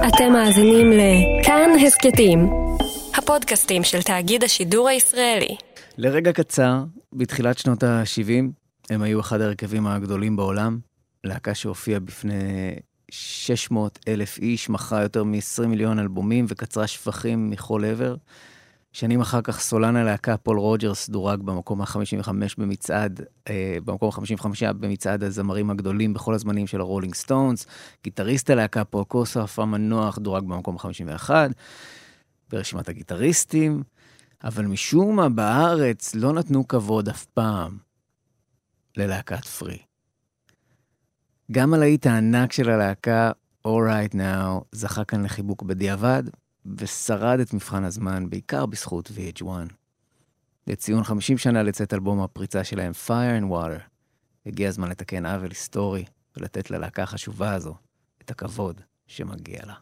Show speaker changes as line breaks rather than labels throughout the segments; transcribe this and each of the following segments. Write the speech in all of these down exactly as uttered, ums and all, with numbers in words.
אתם מאזינים לכאן הסקטים, הפודקאסטים של תאגיד השידור הישראלי.
לרגע קצר, בתחילת שנות ה-שבעים, הם היו אחד הרכבים הגדולים בעולם, להקה שהופיעה בפני שש מאות אלף איש, מכרה יותר מ-עשרים מיליון אלבומים וקצרה שפכים מכל עבר. שנים אחר כך סולן הלהקה פול רוג'רס דורג במקום ה-חמישים וחמש במצעד, אה, במקום ה-חמישים וחמש במצעד הזמרים הגדולים בכל הזמנים של הרולינג סטונס. גיטריסט הלהקה פול קוסף המנוח דורג במקום ה-חמישים ואחת ברשימת הגיטריסטים, אבל משום מה בארץ לא נתנו כבוד אף פעם ללהקת פרי. גם הלהיט הענק של הלהקה All Right Now זכה כאן לחיבוק בדיעבד, ושרד את מבחן הזמן, בעיקר בזכות וי אייץ' וואן. לציון חמישים שנה לצאת אלבום הפריצה שלהם, Fire and Water, הגיע הזמן לתקן עוול היסטורי, ולתת ללהקה החשובה הזו את הכבוד שמגיע לה.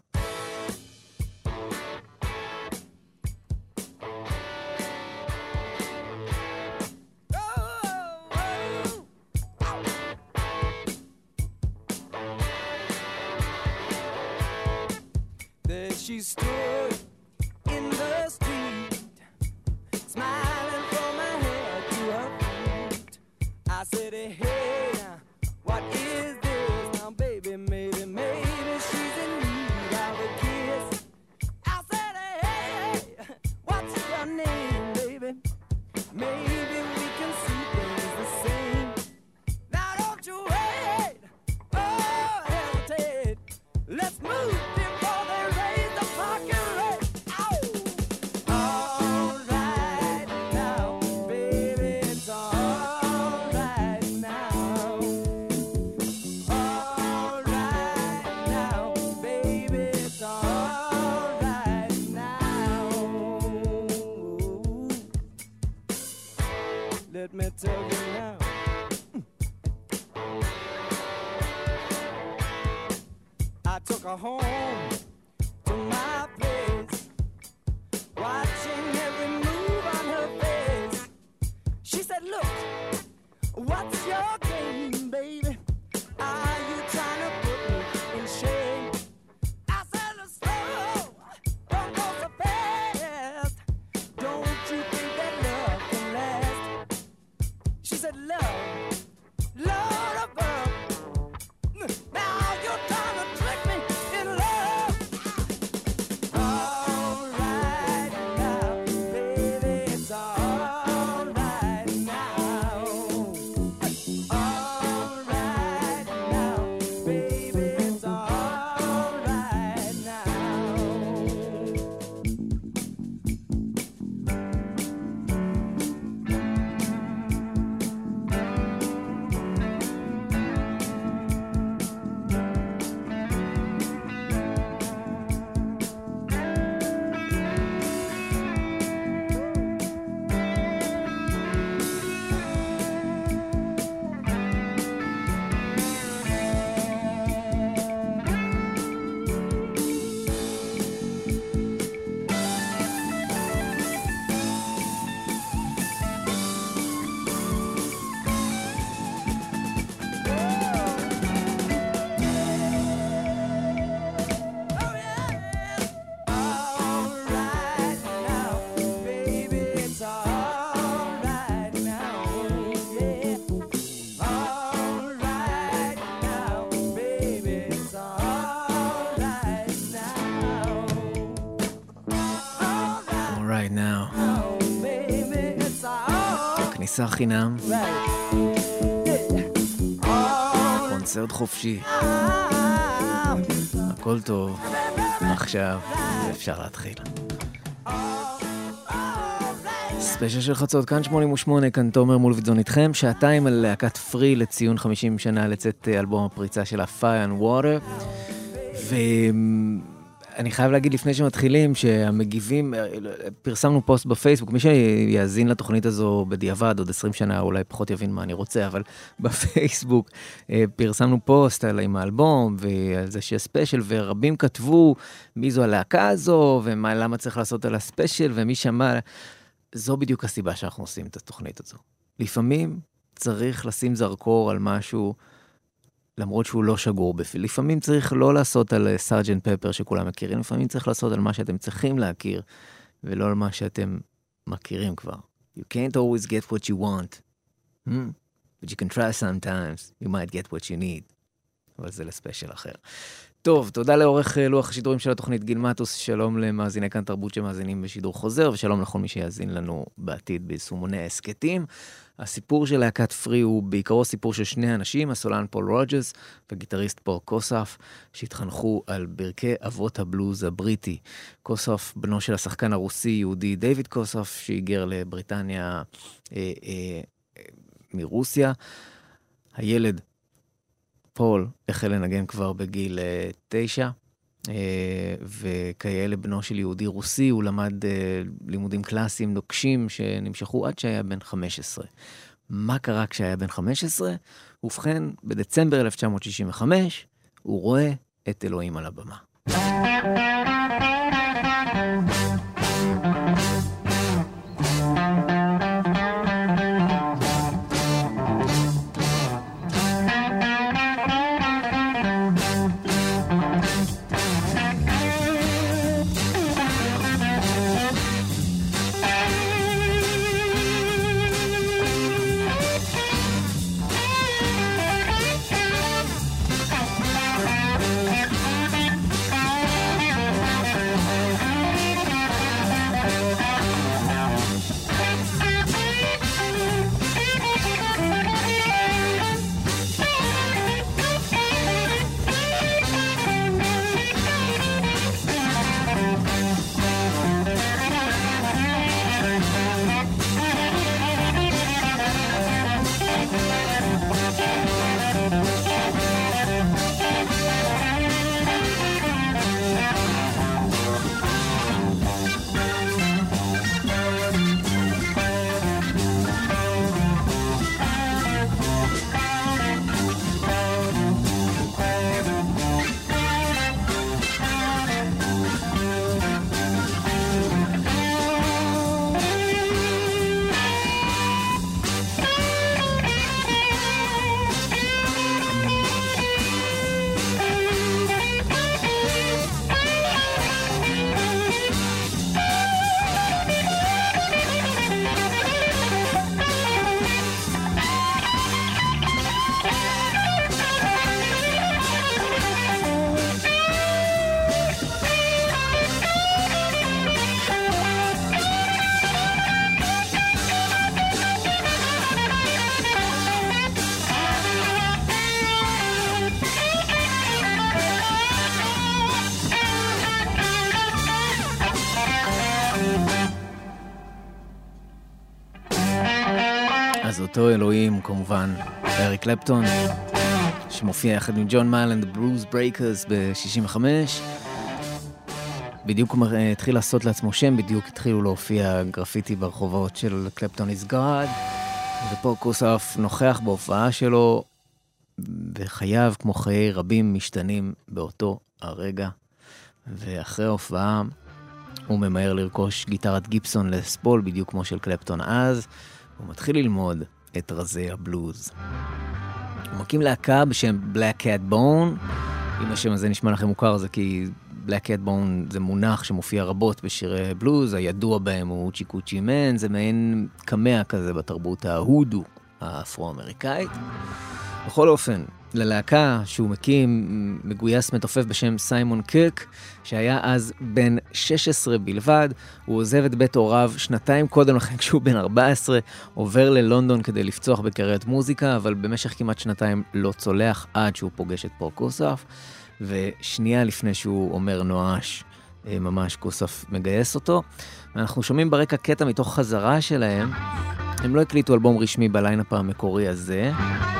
She stood in the street, smiling from her head to her feet. I said, hey, what is this? Now, baby, maybe, maybe she's in need of a kiss. I said, hey, what's your name, baby? Maybe we can see things the same. Now, don't you wait, oh, hesitate. Let's move. Let me tell you now. I took her home to my place, watching every move on her face. She said, look, what's your game, baby? Are you trying to put me in shame? I said, slow, don't go so fast. Don't you think that love can last? She said, love, Lord above. Now you're trying to trick me in love. All right now, baby, it's all right now. All right now, baby, it's all right now.
כניסה חינם, קונצרט חופשי, הכל טוב, עכשיו אפשר להתחיל. ספיישל של חצות, כאן שמונים ושמונה, כאן תומר מולביטזון איתכם, שעתיים על להקת פרי לציון חמישים שנה לצאת אלבום הפריצה של Fire and Water, ו... אני חייב להגיד לפני שמתחילים שהמגיבים, פרסמנו פוסט בפייסבוק, מי שיאזין לתוכנית הזו בדיעבד עוד עשרים שנה, אולי פחות יבין מה אני רוצה, אבל בפייסבוק פרסמנו פוסט על עם האלבום ועל זה שיש ספיישל, ורבים כתבו מי זו הלהקה הזו, ולמה צריך לעשות על הספיישל, ומי שמע, זו בדיוק הסיבה שאנחנו עושים את התוכנית הזו. לפעמים צריך לשים זרקור על משהו למרות שהוא לא שגור בפי. לפעמים צריך לא לעשות על סארג'נט פפר שכולם מכירים, לפעמים צריך לעשות על מה שאתם צריכים להכיר, ולא על מה שאתם מכירים כבר. You can't always get what you want. Hmm? But you can try sometimes. You might get what you need. אבל זה לספיישל אחר. טוב, תודה לעורך לוח השידורים של התוכנית גיל מטוס, שלום למאזיני כאן תרבות שמאזינים בשידור חוזר, ושלום לכל מי שיאזין לנו בעתיד ביישומוני העסקתים. הסיפור של להקת פרי הוא בעיקרו סיפור של שני אנשים, הסולן פול רוג'רס וגיטריסט פול קוסף, שהתחנכו על ברכי אבות הבלוז הבריטי. קוסף, בנו של השחקן הרוסי-יהודי דיוויד קוסף, שהיגר לבריטניה אה, אה, אה, מרוסיה. הילד פול החל לנגן כבר בגיל uh, תשע, uh, וכאלה בנו של יהודי רוסי, הוא למד uh, לימודים קלאסיים נוקשים שנמשכו עד שהיה בן חמש עשרה. מה קרה כשהיה בן חמש עשרה? ובכן, בדצמבר אלף תשע מאות שישים וחמש, הוא רואה את אלוהים על הבמה. אז אותו אלוהים, כמובן, אריק קלפטון, שמופיע יחד עם ג'ון מאל and the Blues Breakers ב-שישים וחמש. בדיוק הוא התחיל לעשות לעצמו שם, בדיוק התחילו להופיע גרפיטי ברחובות של קלפטון is God, ופה קוסף נוכח בהופעה שלו, וחייו, כמו חיי רבים, משתנים באותו הרגע. ואחרי ההופעה, הוא ממהר לרכוש גיטרת גיפסון לספול, בדיוק כמו של קלפטון אז, הוא מתחיל ללמוד את רזי הבלוז. הוא מקים להקה בשם Black Cat Bone. אם השם הזה נשמע לכם מוכר, זה כי Black Cat Bone זה מונח שמופיע רבות בשירי בלוז, הידוע בהם הוא צ'יקו צ'ימן, זה מעין קמע כזה בתרבות ההודו האפרו-אמריקאית. בכל אופן, ללהקה שהוא מקים מגויס מתופף בשם סיימון קירק, שהיה אז בן שש עשרה בלבד. הוא עוזב את בית הוריו שנתיים קודם לכן כשהוא בן ארבע עשרה, עובר ללונדון כדי לפצוח בקריירת מוזיקה, אבל במשך כמעט שנתיים לא צולח עד שהוא פוגש את פול קוסף, ושנייה לפני שהוא אומר נואש, ממש קוסף מגייס אותו. ואנחנו שומעים ברקע קטע מתוך חזרה שלהם. הם לא הקליטו אלבום רשמי בליינאפ המקורי הזה,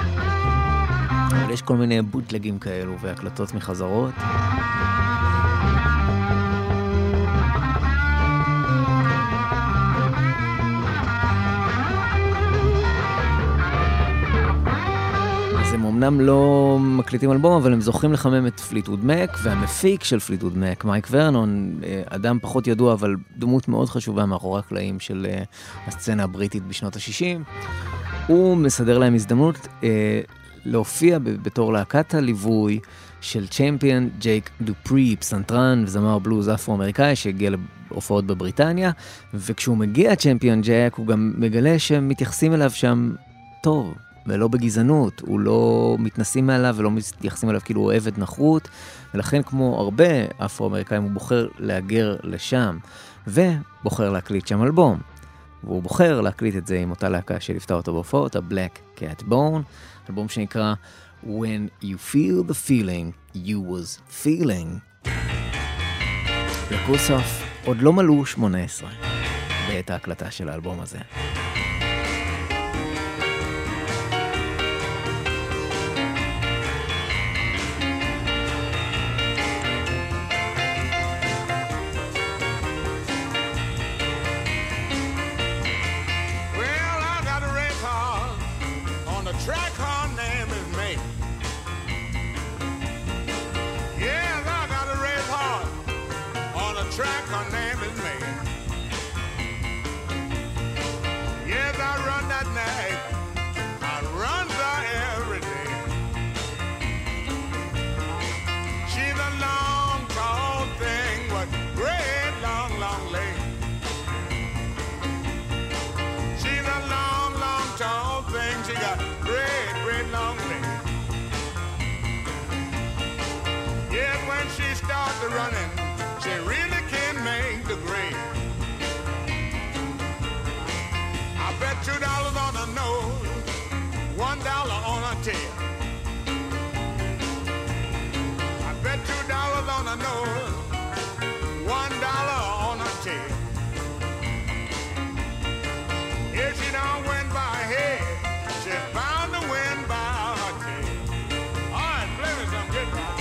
אבל יש כל מיני בוטלגים כאלו והקלטות מחזרות. אז הם אמנם לא מקליטים אלבום, אבל הם זוכים לחמם את פליטווד מק, והמפיק של פליטווד מק, מייק ורנון, אדם פחות ידוע, אבל דמות מאוד חשובה מאחורי הקלעים של הסצנה הבריטית בשנות ה-שישים, הוא מסדר להם הזדמנות להופיע בתור להקת הליווי של צ'מפיון ג'ייק דופרי, פסנתרן וזמר בלוז אפרו-אמריקאי שהגיע להופעות בבריטניה, וכשהוא מגיע צ'מפיון ג'ייק הוא גם מגלה שהם מתייחסים אליו שם טוב, ולא בגזענות, הוא לא מתנסים מעליו ולא מתייחסים אליו כאילו הוא עבד נחות, ולכן כמו הרבה אפרו-אמריקאים הוא בוחר להגר לשם, ובוחר להקליט שם אלבום. והוא בוחר להקליט את זה עם אותה להקה שליוותה אותו בהופעות, ה-Black Cat Bone, אלבום שנקרא When You Feel the Feeling You Was Feeling. לקוסוף עוד לא מלאו שמונה עשרה בעת ההקלטה של האלבום הזה.
Running, she really can make the grade. I bet two dollars on a nose, one dollar on a tail. I bet two dollars on a nose, one dollar on a tail. If she don't win by head, she's bound to win by her tail. All right, play me some good rock.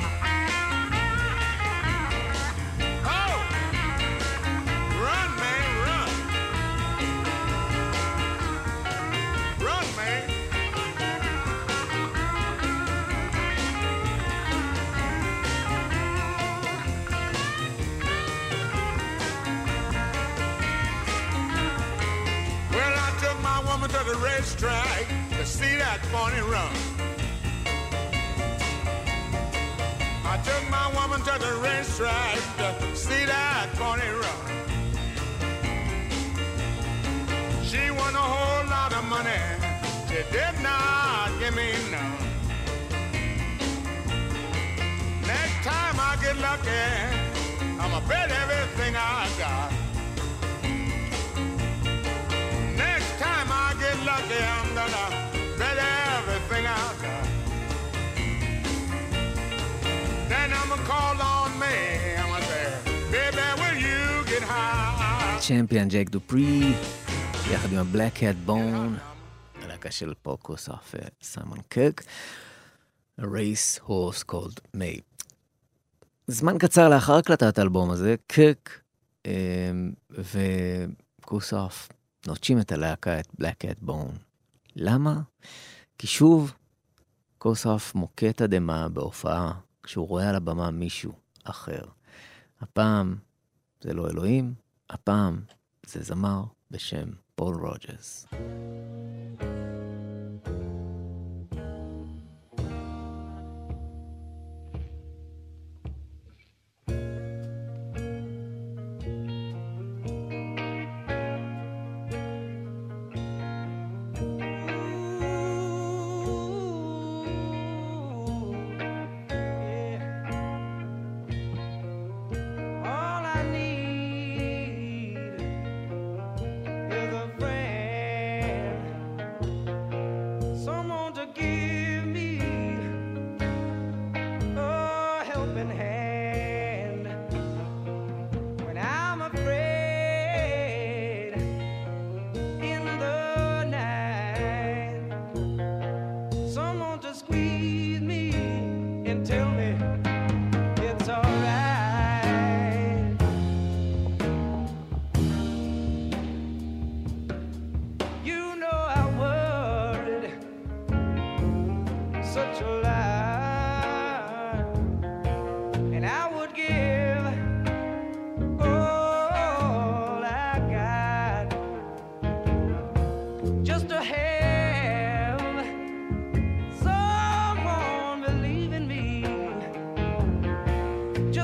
To the racetrack to see that funny run. I took my woman to the racetrack to see that funny run. She won a whole lot of money. She did not give me none. Next time I get lucky, I'ma bet everything I got. Time I get lucky, I'm gonna bet everything I've got. Then I'm gonna call on me, I'm gonna say, baby, will you get high?
צ'מפיון ג'ייק דופרי, יחד עם ה-Black Cat Bone, הלהקה של פול קוסוף וסיימון קוק, A Race Horse Called May. זמן קצר לאחר הקלטת האלבום הזה, קוק וקוסוף נוטשים את הלהקה, את Black Cat Bone. למה? כי שוב, קוסוף מוקה תדמה בהופעה, כשהוא רואה על הבמה מישהו אחר. הפעם זה לא אלוהים, הפעם זה זמר בשם פול רוג'רס.
Is a friend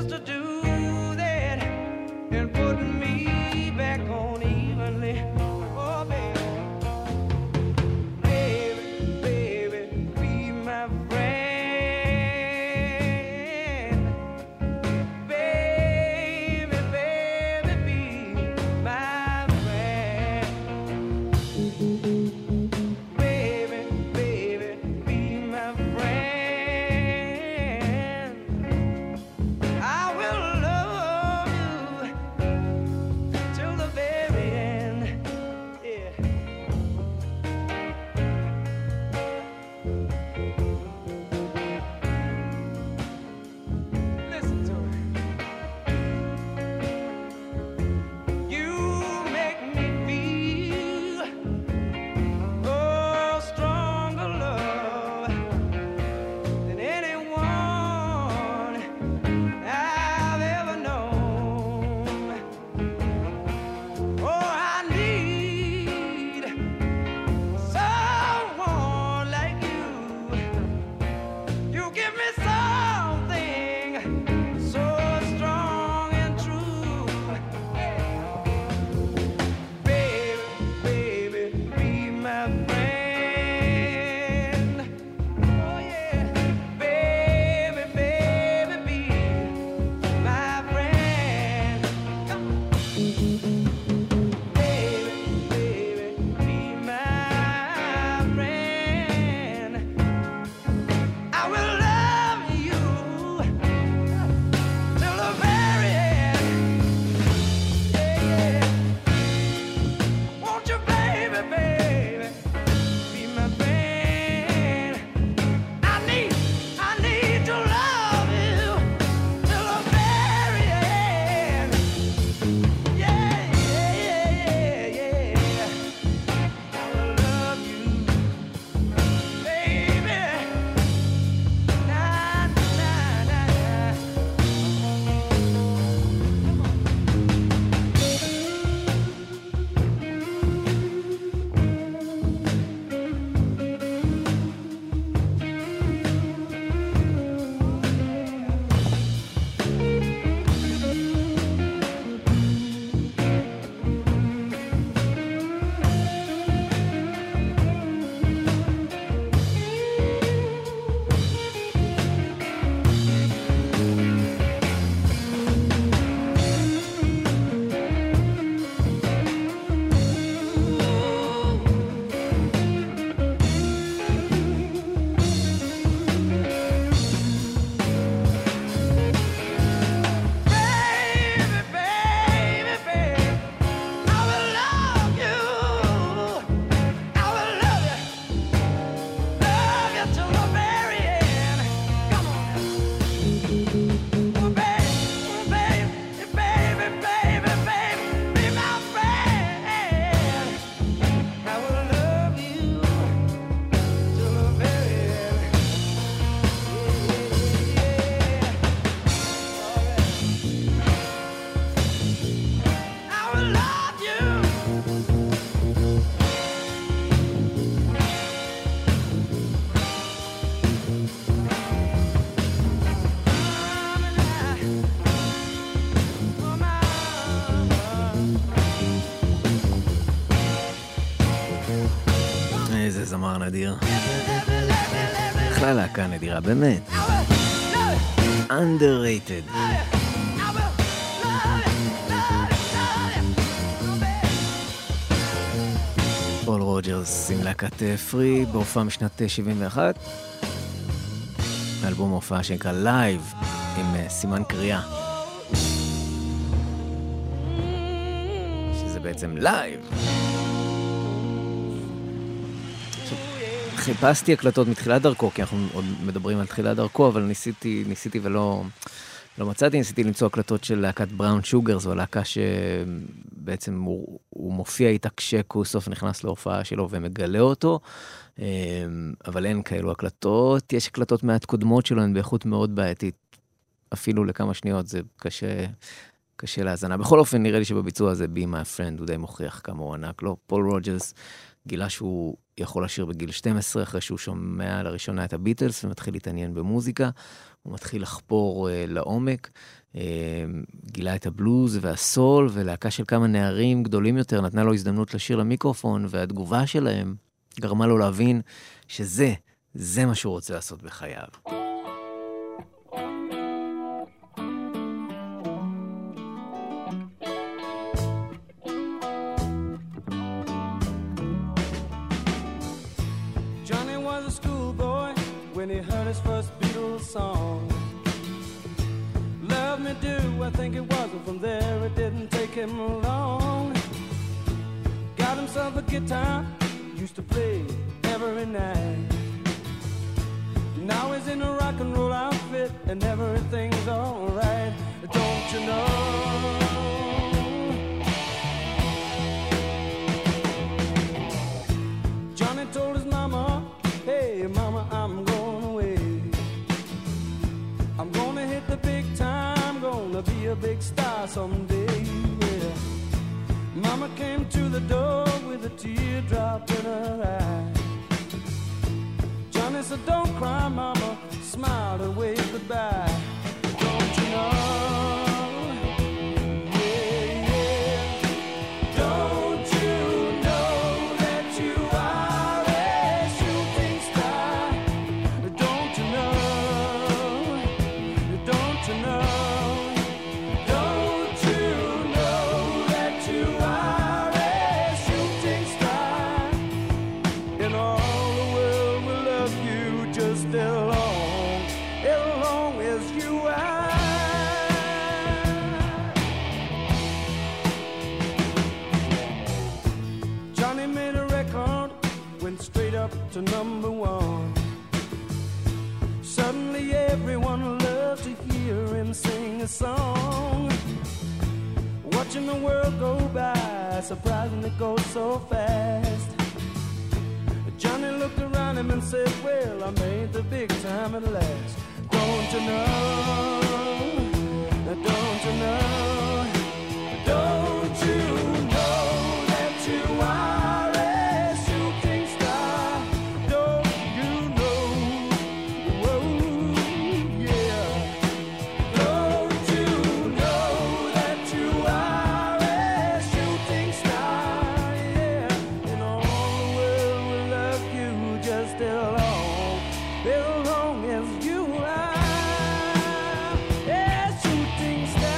just to do that and put me back on evenly. Oh, baby. Baby, baby, be my friend. Baby, baby, be my friend. Baby, baby, be my friend. I will love you till the very end. Yeah. Listen to it. You make me feel oh stronger love than anyone I've ever known. Oh, I need someone like you. You give me something so strong and true. Baby, baby, be my friend. Oh yeah, baby, baby, be my friend. Come on. Baby, baby, be my friend. I will love you till the very end. Yeah, yeah. Won't you, baby, baby, be my friend? I need, I need to love you till the very end. Yeah, yeah, yeah, yeah. I will love you, baby. Na, na, na, na. Baby, baby, baby, I will love you. I will love you, love you till the very end. Come on, oh baby, oh baby, baby, baby, baby, be my friend. I will love you till the very end. I will love you.
איזה זמר נדיר. בכלל להקה נדירה, באמת. underrated. פול רוג'רס עם להקת פרי בהופעה משנת שבעים ואחת. אלבום הופעה שנקרא לייב עם סימן קריאה. שזה בעצם לייב. חיפשתי הקלטות מתחילת דרכו, כי אנחנו עוד מדברים על תחילת דרכו, אבל ניסיתי, ניסיתי ולא לא מצאתי, ניסיתי למצוא הקלטות של להקת בראון שוגר, זו להקה שבעצם הוא, הוא מופיע איתה כשקוסוף נכנס להופעה שלו ומגלה אותו, אבל אין כאלו הקלטות. יש הקלטות מעט קודמות שלו, הן באיכות מאוד בעייתית, אפילו לכמה שניות זה קשה, קשה להזנה. בכל אופן נראה לי שבביצוע הזה Be My Friend הוא די מוכיח כמה הוא ענק לו. פול רוג'רס גילה שהוא יכול לשיר בגיל שתים עשרה, אחרי שהוא שומע לראשונה את הביטלס ומתחיל להתעניין במוזיקה, הוא מתחיל לחפור uh, לעומק, uh, גילה את הבלוז והסול, ולהקה של כמה נערים גדולים יותר נתנה לו הזדמנות לשיר למיקרופון, והתגובה שלהם גרמה לו להבין שזה, זה מה שהוא רוצה לעשות בחייו.
Johnny was a schoolboy when he heard his first Beatles song. Love me do, I think it was, and from there it didn't take him long. Got himself a guitar, used to play every night. Now he's in a rock and roll outfit and everything's alright. Don't you know? Johnny told his mama, hey mama, I'm going away. I'm gonna hit the big time, gonna be a big star someday. Yeah. Mama came to the door with a teardrop in her eye. Johnny said, don't cry, mama, smiled and waved goodbye. Don't you know? Yeah, yeah. Don't you know that you are a shooting star? Don't you know? Don't you know? Don't you know that you are a shooting star? And all the world will love you just as long, as long as you are. Johnny made a record, went straight up to number one. Suddenly everyone loved to hear him sing a song. Watching the world go by, surprising it goes so fast. Johnny looked around him and said, well, I made the big time at last. Don't you know? Don't you know? Don't you know that you are a shooting star? Don't you know? Whoa, yeah. Don't you know that you are a shooting star? Yeah. And all the world will love you just as long, as long as you are a shooting star.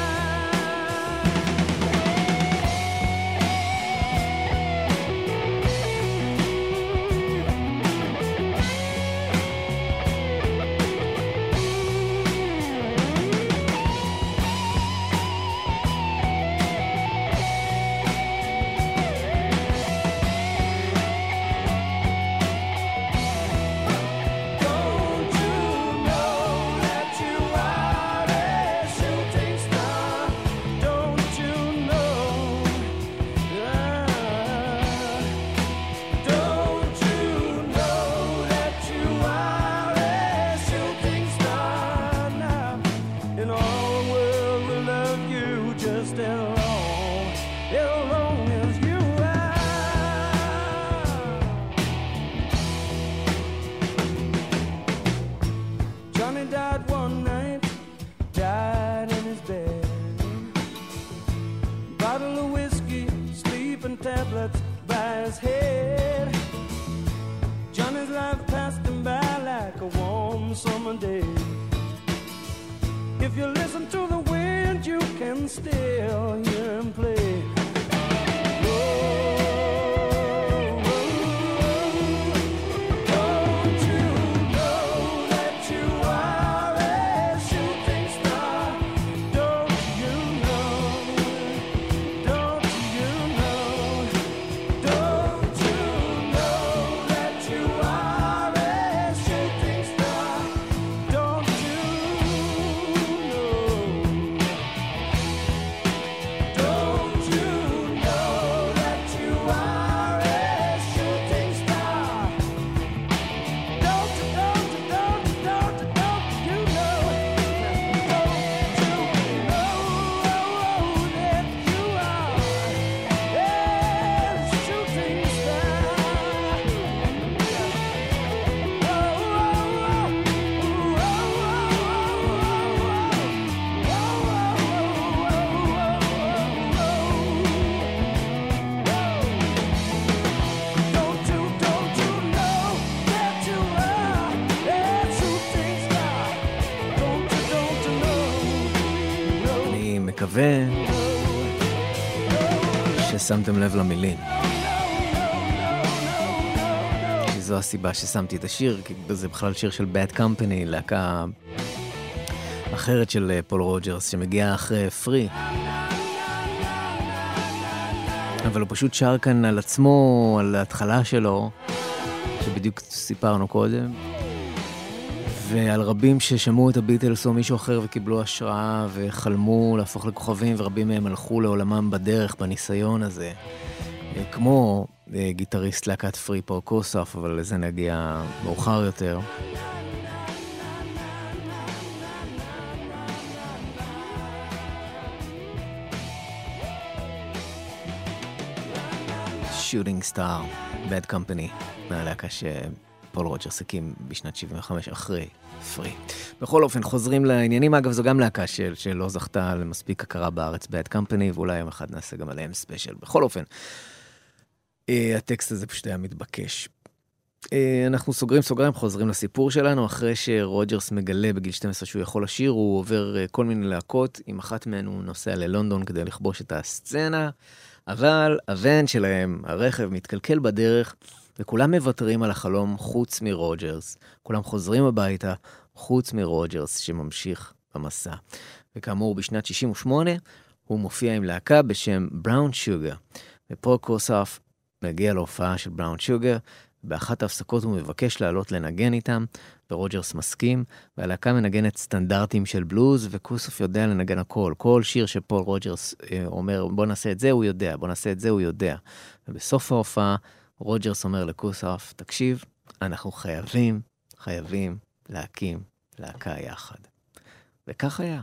Don't you know that you are a shooting star? Don't you know? Ah. Don't you know that you are a shooting star now? And all the world will love you just as long, as long as you are. Johnny died one night, died in his bed. Bottle of whiskey, sleeping tablets by his head. Johnny's life passed him by like a warm summer day. If you listen to the wind, you can still hear him play. Don't you know that you are a shooting star? Don't you know? Don't you know? Don't you know that you are a shooting star? Don't you know? Don't you
מקווה ששמתם לב למילים. זו הסיבה ששמתי את השיר, כי זה בכלל שיר של Bad Company, להקה אחרת של פול רוג'רס, שמגיעה אחרי פרי. אבל הוא פשוט שר כאן על עצמו, על ההתחלה שלו, שבדיוק סיפרנו קודם, ועל רבים ששמעו את הביטלס או מישהו אחר וקיבלו השראה וחלמו להפוך לכוכבים, ורבים מהם הלכו לעולמם בדרך, בניסיון הזה. כמו גיטריסט להקת פרי פול קוסוף, אבל לזה נגיע מאוחר יותר. Shooting Star, Bad Company, מהלהקה שפול רוג'רס הקים בשנת שבעים וחמש אחרי פרי. בכל אופן, חוזרים לעניינים. אגב, זו גם להקה של, שלא זכתה למספיק הכרה בארץ, Bad Company, ואולי יום אחד נעשה גם עליהם ספיישל. בכל אופן, הטקסט הזה פשוט היה מתבקש. אנחנו סוגרים סוגרים, חוזרים לסיפור שלנו. אחרי שרוג'רס מגלה בגיל שתים עשרה שהוא יכול לשיר, הוא עובר כל מיני להקות. עם אחת מהן הוא נוסע ללונדון כדי לכבוש את הסצנה, אבל הוון שלהם, הרכב, מתקלקל בדרך, וכולם מוותרים על החלום חוץ מרוג'רס. כולם חוזרים הביתה חוץ מרוג'רס שממשיך במסע. וכאמור, בשנת שישים ושמונה הוא מופיע עם להקה בשם בראון שוגר. ופול קוסוף מגיע להופעה של בראון שוגר, באחת ההפסקות הוא מבקש לעלות לנגן איתם, ורוג'רס מסכים, והלהקה מנגנת סטנדרטים של בלוז, וקוסוף יודע לנגן הכל. כל שיר שפול רוג'רס אה, אומר, בוא נעשה את זה, הוא יודע, בוא נעשה את זה, הוא יודע. ובסוף ההופעה, רוג'רס אומר לקוסוף, תקשיב, אנחנו חייבים, חייבים להקים להקה יחד. וכך היה.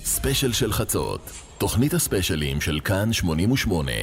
ספיישל של חצות, תוכנית הספיישלים של כאן שמונים ושמונה.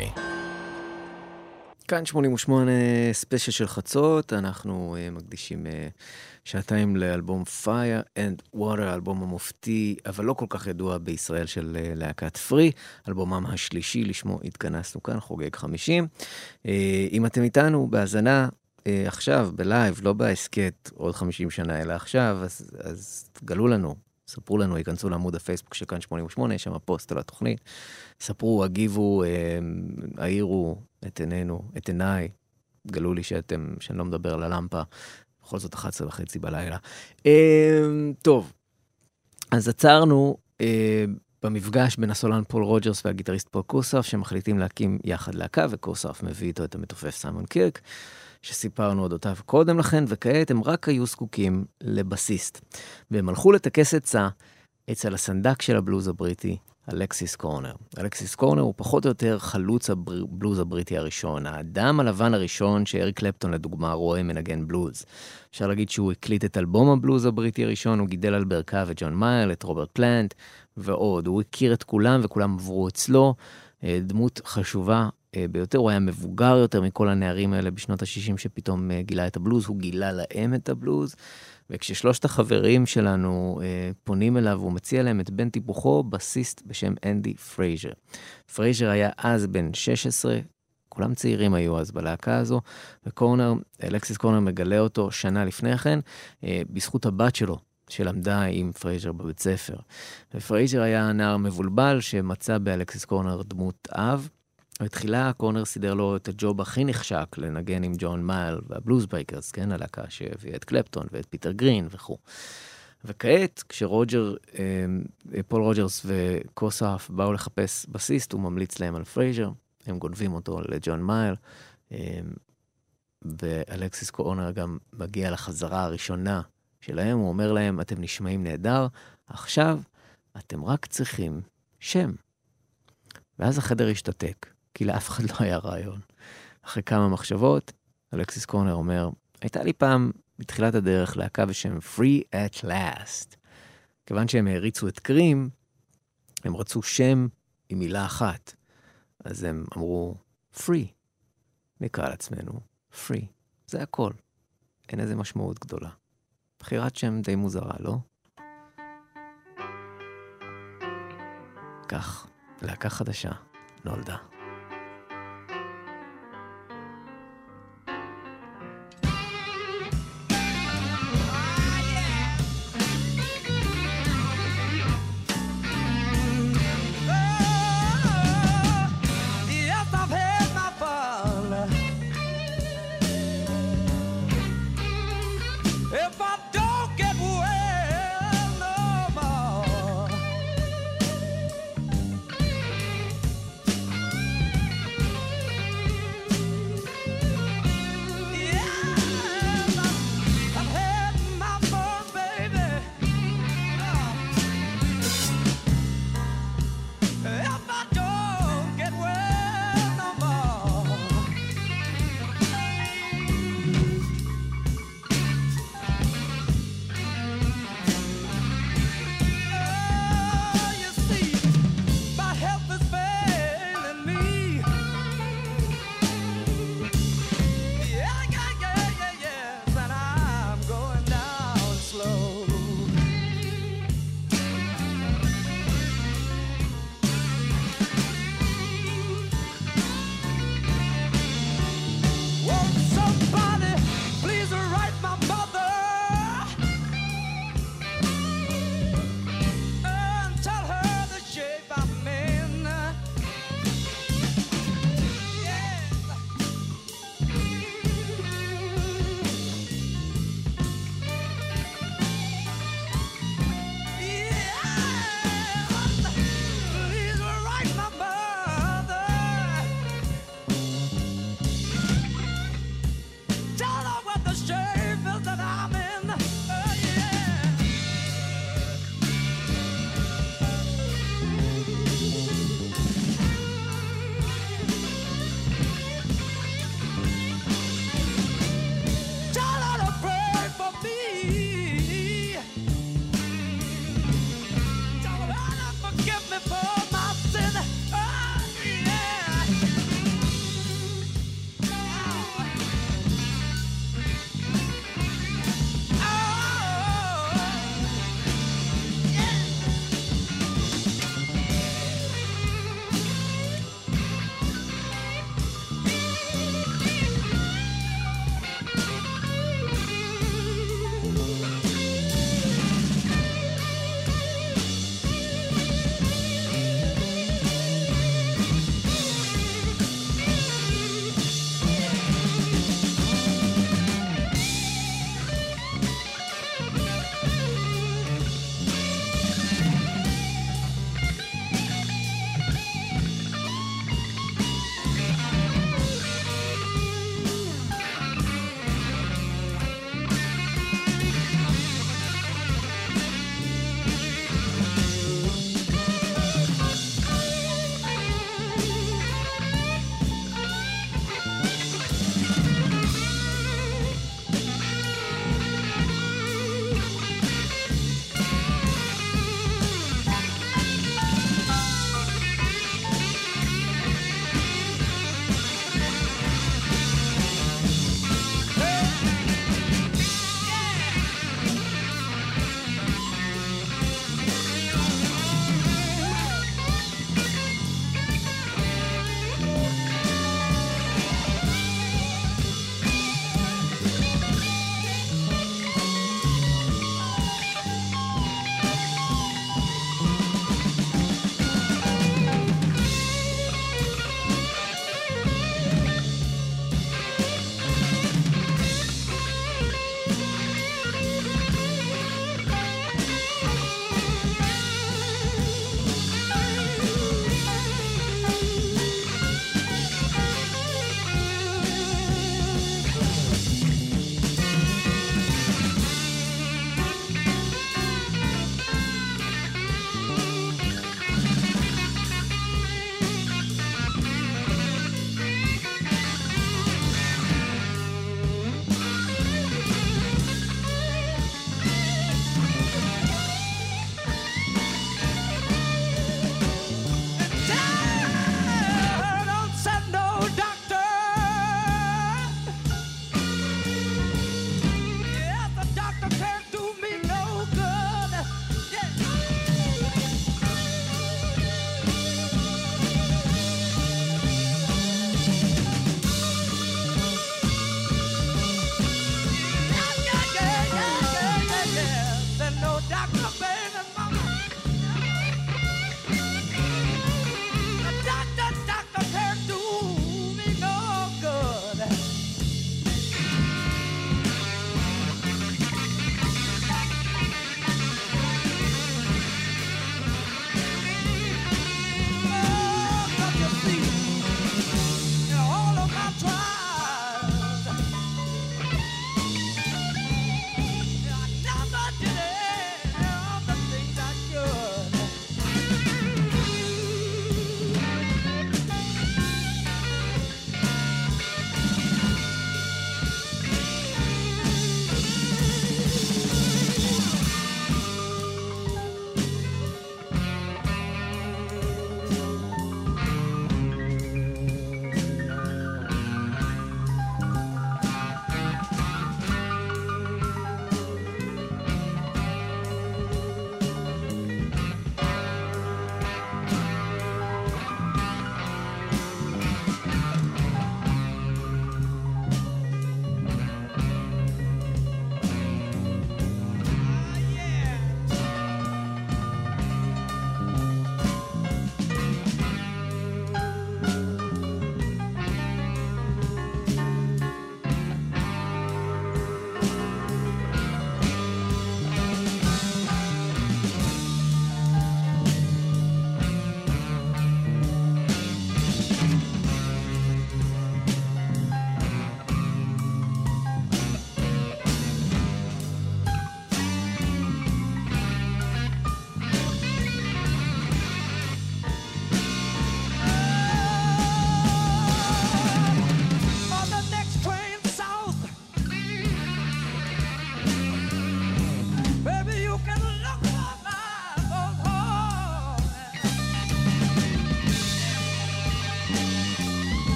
כאן שמונים ושמונה, ספיישל של חצות, אנחנו uh, מקדישים uh, שעתיים לאלבום Fire and Water, האלבום המופתי, אבל לא כל כך ידוע בישראל של uh, להקת פרי, אלבומם השלישי, לשמו התכנסנו כאן, חוגג חמישים. Uh, אם אתם איתנו בהזנה uh, עכשיו, בלייב, לא בהסקט עוד חמישים שנה, אלא עכשיו, אז, אז גלו לנו. ספרו לנו, ייכנסו לעמוד הפייסבוק של כאן שמונים ושמונה, יש שם פוסט על התוכנית. ספרו, הגיבו, העירו את עינינו, את עיניי. גלו לי שאתם, שאני לא מדבר על הלמפה. בכל זאת אחת עשרה וחצי בלילה. טוב, אז עצרנו במפגש בין הסולן פול רוג'רס והגיטריסט פול קוסוף, שמחליטים להקים יחד להקה, וקוסוף מביא איתו את המתופף סיימון קירק, שסיפרנו אודותיו קודם לכן, וכעת הם רק היו זקוקים לבסיסט. והם הלכו לטקס עצה אצל הסנדק של הבלוז הבריטי, אלקסיס קורנר. אלקסיס קורנר הוא פחות או יותר חלוץ הבלוז הבריטי הראשון, האדם הלבן הראשון שאריק קלפטון לדוגמה רואה מנגן בלוז. אפשר להגיד שהוא הקליט את אלבום הבלוז הבריטי הראשון, הוא גידל על ברכיו את ג'ון מייל, את רוברט פלנט ועוד. הוא הכיר את כולם וכולם עברו אצלו, דמות חשובה ביותר, הוא היה מבוגר יותר מכל הנערים האלה בשנות ה-שישים שפתאום גילה את הבלוז, הוא גילה להם את הבלוז, וכששלושת החברים שלנו אה, פונים אליו, הוא מציע להם את בן טיפוחו, בסיסט בשם אנדי פרייזר. פרייזר היה אז בן שש עשרה, כולם צעירים היו אז בלהקה הזו, וקורנר, אלקסיס קורנר מגלה אותו שנה לפני כן, אה, בזכות הבת שלו, שלמדה עם פרייזר בבית ספר. ופרייזר היה נער מבולבל שמצא באלקסיס קורנר דמות אב, בתחילה קורנר סידר לו את הג'וב הכי נחשק לנגן עם ג'ון מייל והבלוז ברייקרס, כן, הלהקה שהביאה את קלפטון ואת פיטר גרין וכו'. וכעת, כשרוג'ר, פול רוג'רס וקוסוף באו לחפש בסיסט, הוא ממליץ להם על פרייזר, הם גונבים אותו לג'ון מייל, ואלקסיס קורנר גם מגיע לחזרה הראשונה שלהם, הוא אומר להם, אתם נשמעים נהדר, עכשיו אתם רק צריכים שם. ואז החדר השתתק. כי לאף אחד לא היה רעיון. אחרי כמה מחשבות, אלקסיס קורנר אומר, הייתה לי פעם בתחילת הדרך להקה בשם Free at Last. כיוון שהם הריצו את קרים, הם רצו שם עם מילה אחת. אז הם אמרו, Free. נקרא לעצמנו, Free. זה הכל. אין איזה משמעות גדולה. בחירת שם די מוזרה, לא? כך, להקה חדשה נולדה.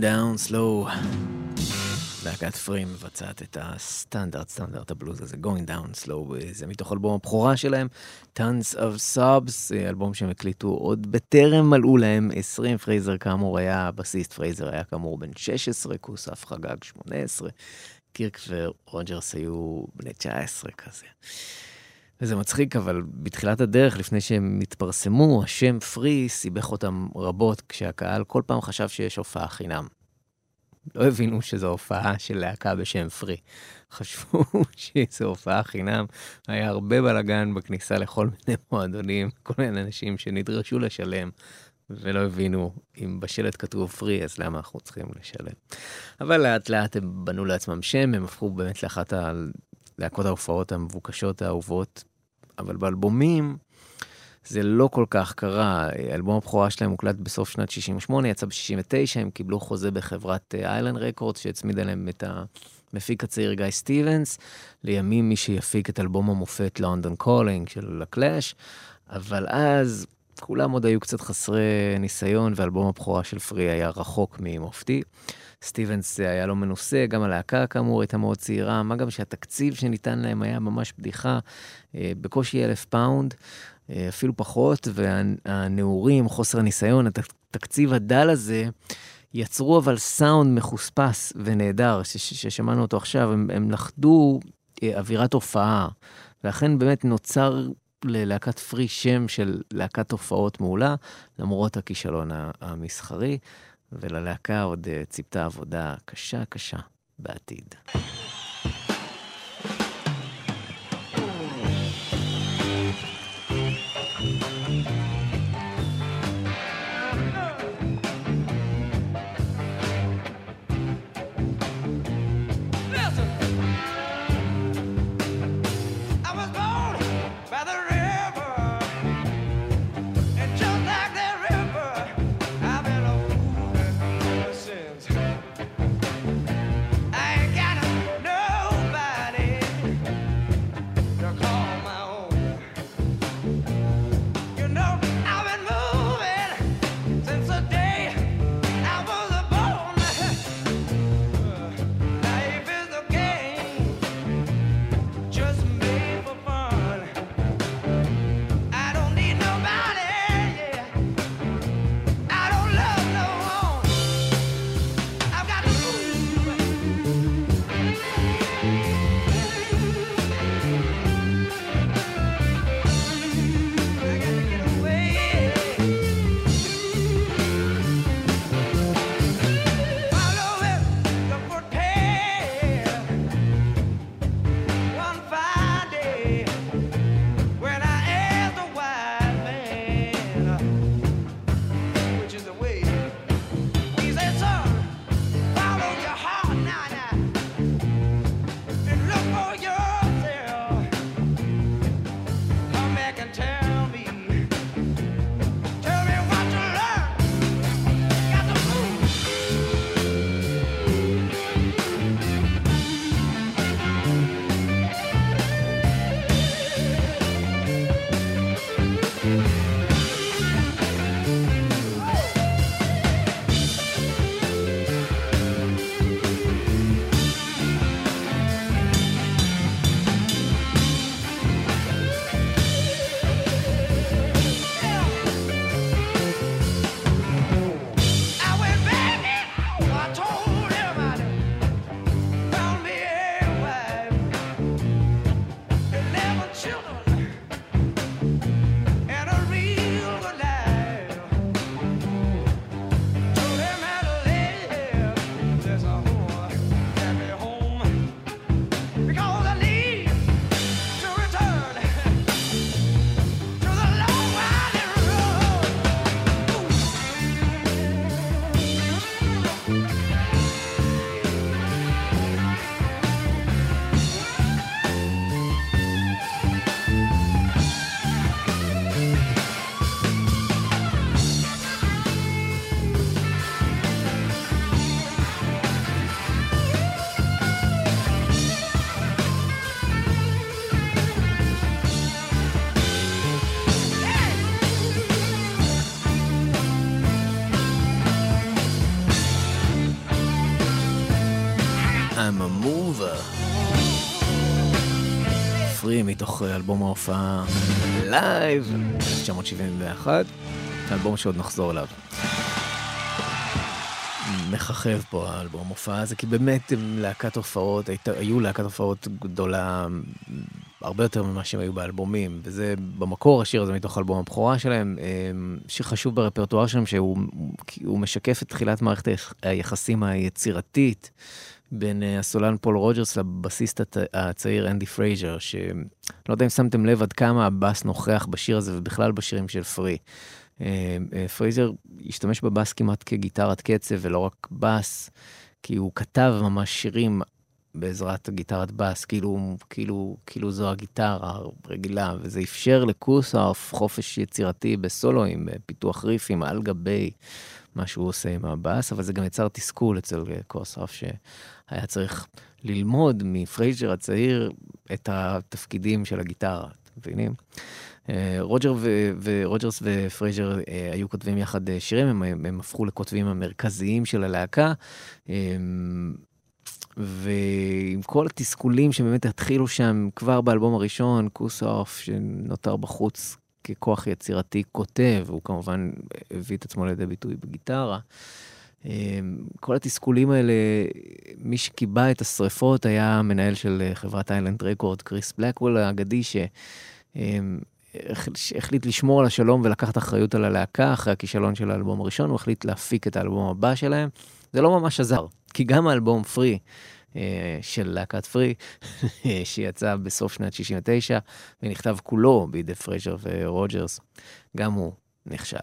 down slow. להקת פרי מבצעת את הסטנדרט, סטנדרט הבלוז הזה, going down slow, זה מתוך אלבום הבכורה שלהם, Tons of Sobs, אלבום שהם הקליטו עוד בטרם מלאו להם עשרים, פרייזר כאמור היה, בסיסט פרייזר היה כאמור בן שש עשרה, כוסף חגג שמונה עשרה, קירק ורוג'רס היו בני תשע עשרה כזה. וזה מצחיק, אבל בתחילת הדרך, לפני שהם התפרסמו, השם פרי סיבך אותם רבות, כשהקהל כל פעם חשב שיש הופעה חינם. לא הבינו שזו הופעה של להקה בשם פרי. חשבו שזו הופעה חינם. היה הרבה בלגן בכניסה לכל מיני מועדונים, כל מיני אנשים שנדרשו לשלם, ולא הבינו אם בשלט כתוב פרי, אז למה אנחנו צריכים לשלם. אבל לאט לאט הם בנו לעצמם שם, הם הפכו באמת לאחת הלהקות ההופעות המבוקשות האהובות, אבל באלבומים זה לא כל כך קרה. אלבום הבכורה שלהם הוקלט בסוף שנת שישים ושמונה, יצא ב-שישים ותשע, הם קיבלו חוזה בחברת איילנד רקורדס, שהצמיד עליהם את המפיק הצעיר גיא סטיבנס, לימים מי שיפיק את אלבום המופת לונדון קולינג של הקלאש, אבל אז כולם עוד היו קצת חסרי ניסיון, ואלבום הבכורה של פרי היה רחוק ממופתי. סטיבנס היה לא מנוסה, גם הלהקה כאמור הייתה מאוד צעירה, מה גם שהתקציב שניתן להם היה ממש בדיחה, בקושי אלף פאונד, אפילו פחות, והנעורים, חוסר הניסיון, התקציב הדל הזה, יצרו אבל סאונד מחוספס ונהדר, ששמענו אותו עכשיו, הם, הם לחדו אווירת הופעה, ואכן באמת נוצר ללהקת פרי שם של להקת הופעות מעולה, למרות הכישלון המסחרי, וללהקה עוד ציפתה עבודה קשה קשה בעתיד.
You know
I'm a mover. פרי מתוך אלבום ההופעה לייב אלף תשע מאות שבעים ואחת, אלבום שעוד נחזור אליו. מחכב פה האלבום הופעה הזה, כי באמת להקת הופעות, היו להקת הופעות גדולה הרבה יותר ממה שהם היו באלבומים, וזה במקור השיר הזה מתוך אלבום הבכורה שלהם, שחשוב ברפרטואר שלהם, שהוא משקף את תחילת מערכת היחסים היצירתית, בין הסולן פול רוג'רס לבסיסט הצעיר אנדי פרייזר, שלא יודע אם שמתם לב עד כמה הבאס נוכח בשיר הזה, ובכלל בשירים של פרי. פרייזר השתמש בבאס כמעט כגיטרת קצב, ולא רק באס, כי הוא כתב ממש שירים בעזרת גיטרת באס, כאילו, כאילו, כאילו זו הגיטרה הרגילה, וזה אפשר לקוסארף חופש יצירתי בסולואים, בפיתוח ריפים על גבי מה שהוא עושה עם הבאס, אבל זה גם יצר תסכול אצל קוסארף, שהיה צריך ללמוד מפרייזר הצעיר את התפקידים של הגיטרה, מבינים? רוג'ר ו- ורוג'רס ופרייזר היו כותבים יחד שירים, הם, הם הפכו לכותבים המרכזיים של הלהקה, ועם כל התסכולים שבאמת התחילו שם כבר באלבום הראשון, קוסארף שנותר בחוץ ככוח יצירתי כותב, הוא כמובן הביא את עצמו לידי ביטוי בגיטרה. כל התסכולים האלה, מי שקיבע את השריפות היה מנהל של חברת איילנד רקורד, קריס בלקוול האגדי, שהחליט לשמור על השלום ולקחת אחריות על הלהקה אחרי הכישלון של האלבום הראשון, הוא החליט להפיק את האלבום הבא שלהם. זה לא ממש עזר, כי גם האלבום פרי של להקת פרי, שיצא בסוף שנת שישים ותשע, ונכתב כולו בידי פרייזר ורוג'רס, גם הוא נכשל.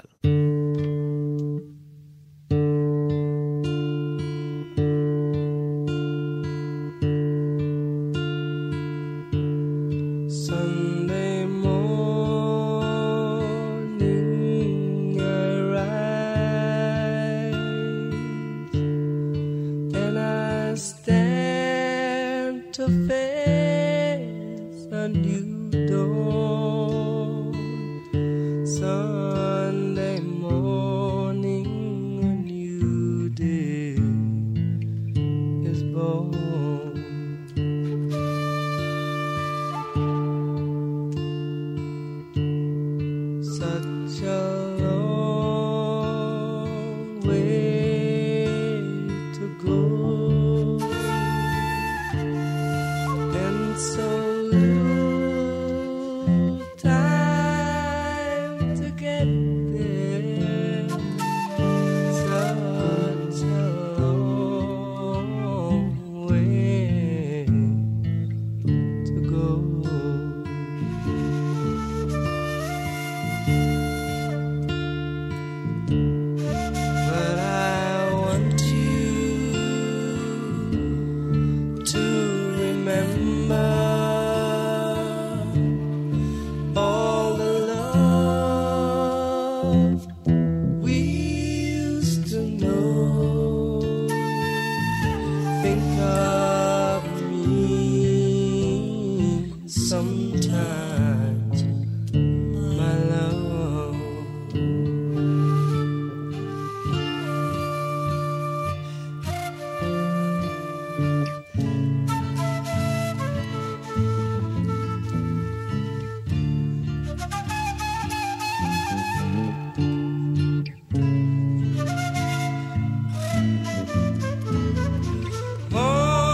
Oh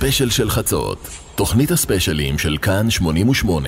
הספיישל של חצות, תוכנית הספיישלים של כאן שמונים ושמונה.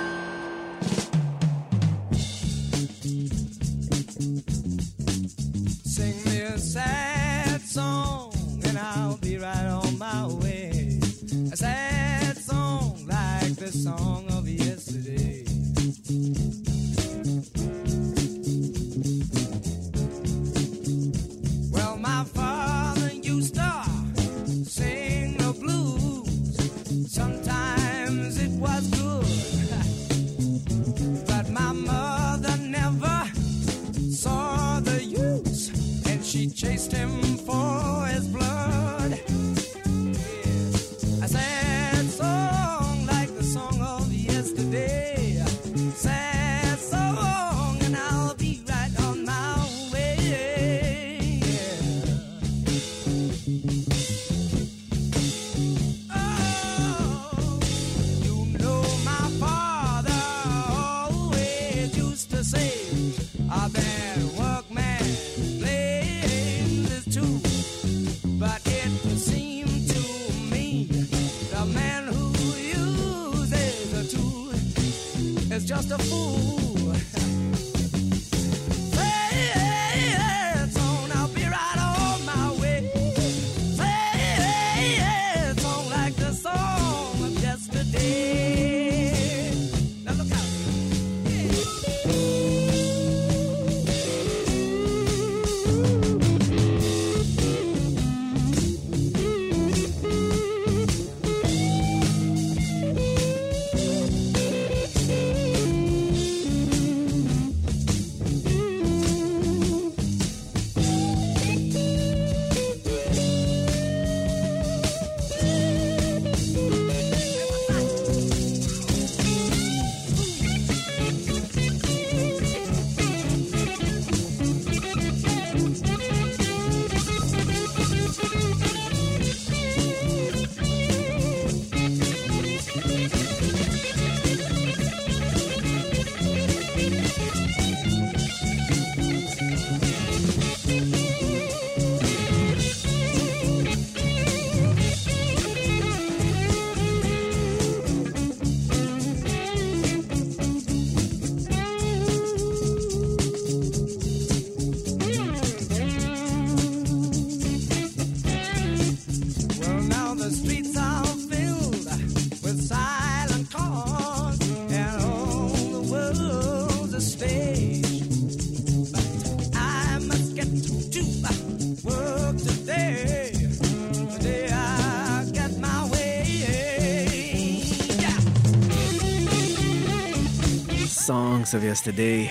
Songs of Yesterday,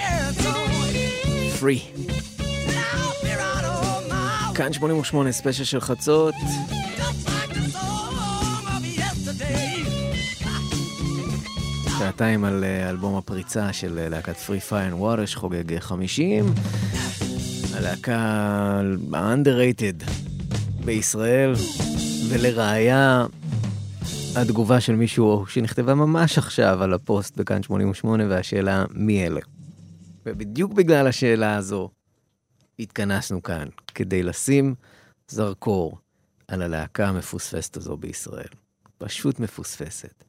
Free. כאן שמונים ושמונה, ספיישל של חצות. שעתיים על אלבום הפריצה של להקת Free Fire and Water שחוגג חמישים. הלהקה ה-underrated בישראל, ולראיה התגובה של מישהו שנכתבה ממש עכשיו על הפוסט בכאן שמונים ושמונה, והשאלה מי אלה. ובדיוק בגלל השאלה הזו התכנסנו כאן כדי לשים זרקור על הלהקה המפוספסת הזו בישראל. פשוט מפוספסת.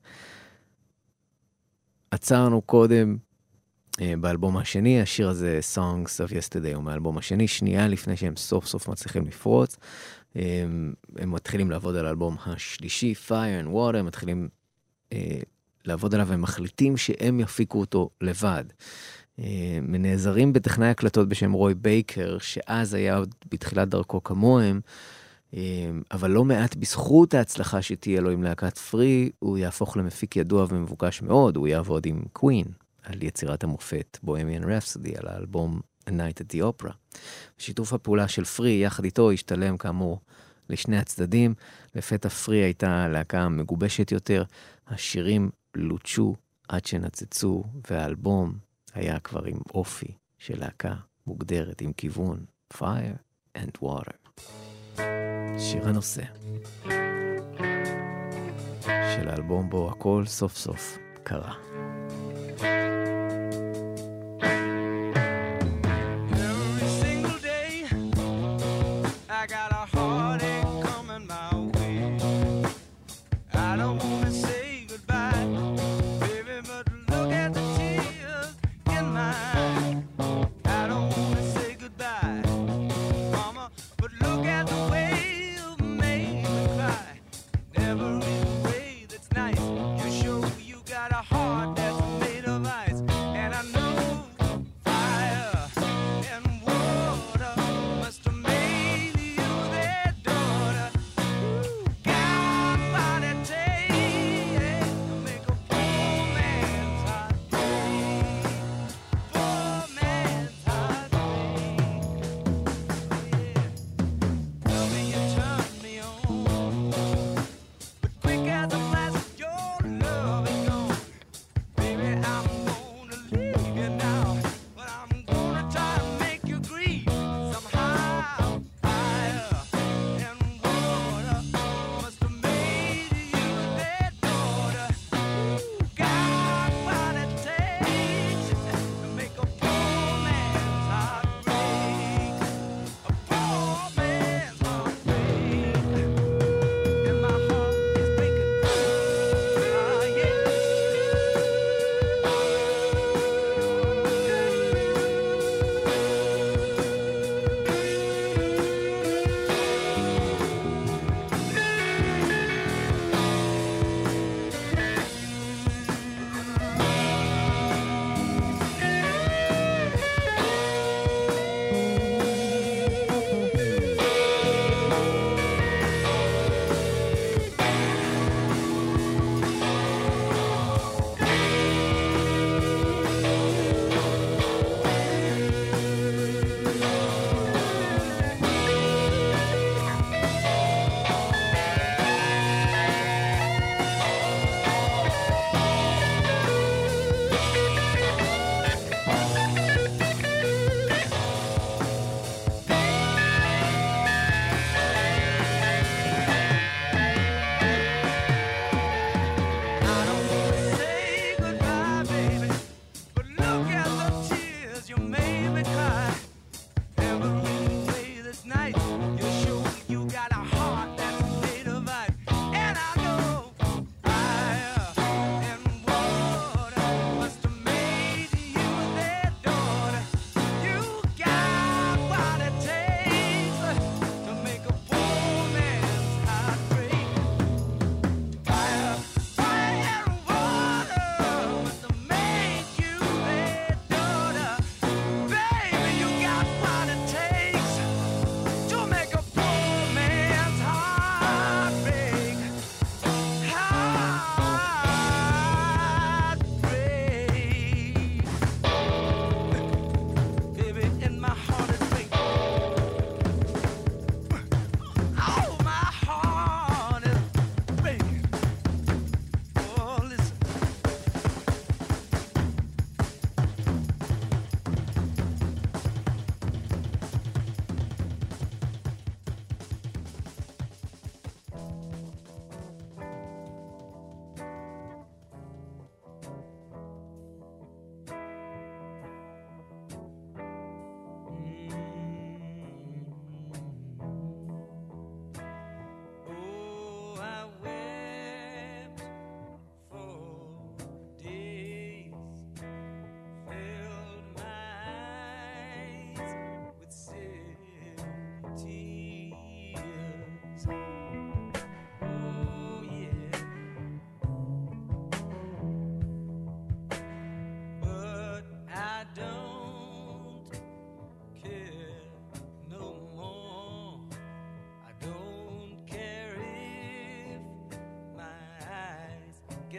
עצרנו קודם אה, באלבום השני, השיר הזה Songs of Yesterday הוא מהאלבום השני, שנייה לפני שהם סוף סוף מצליחים לפרוץ. הם, הם מתחילים לעבוד על האלבום השלישי, Fire and Water, הם מתחילים אה, לעבוד עליו, הם מחליטים שהם יפיקו אותו לבד. אה, מנעזרים בטכנאי הקלטות בשם רוי בייקר, שאז היה עוד בתחילת דרכו כמוהם, אה, אבל לא מעט בזכות ההצלחה שתהיה לו עם להקת פרי, הוא יהפוך למפיק ידוע ומבוקש מאוד, הוא יעבוד עם קווין, על יצירת המופת, בוהמיאן רפסודי, על האלבום A Night at the Opera. שיתוף הפעולה של פרי יחד איתו השתלם כאמור לשני הצדדים. לפתע פרי הייתה להקה מגובשת יותר, השירים לוצ'ו עד שנצצו, והאלבום היה כבר עם אופי של להקה מוגדרת עם כיוון Fire and Water. שיר הנושא של האלבום בו הכל סוף סוף קרה.
I got a heartache coming my way.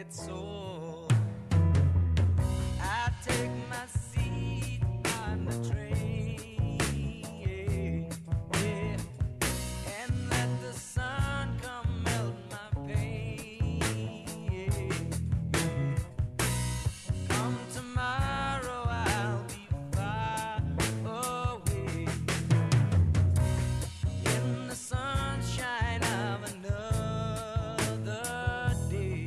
it so. I take my seat on the train, yeah, and let the sun come melt my pain. Come tomorrow, I'll be far away in the sunshine of another day.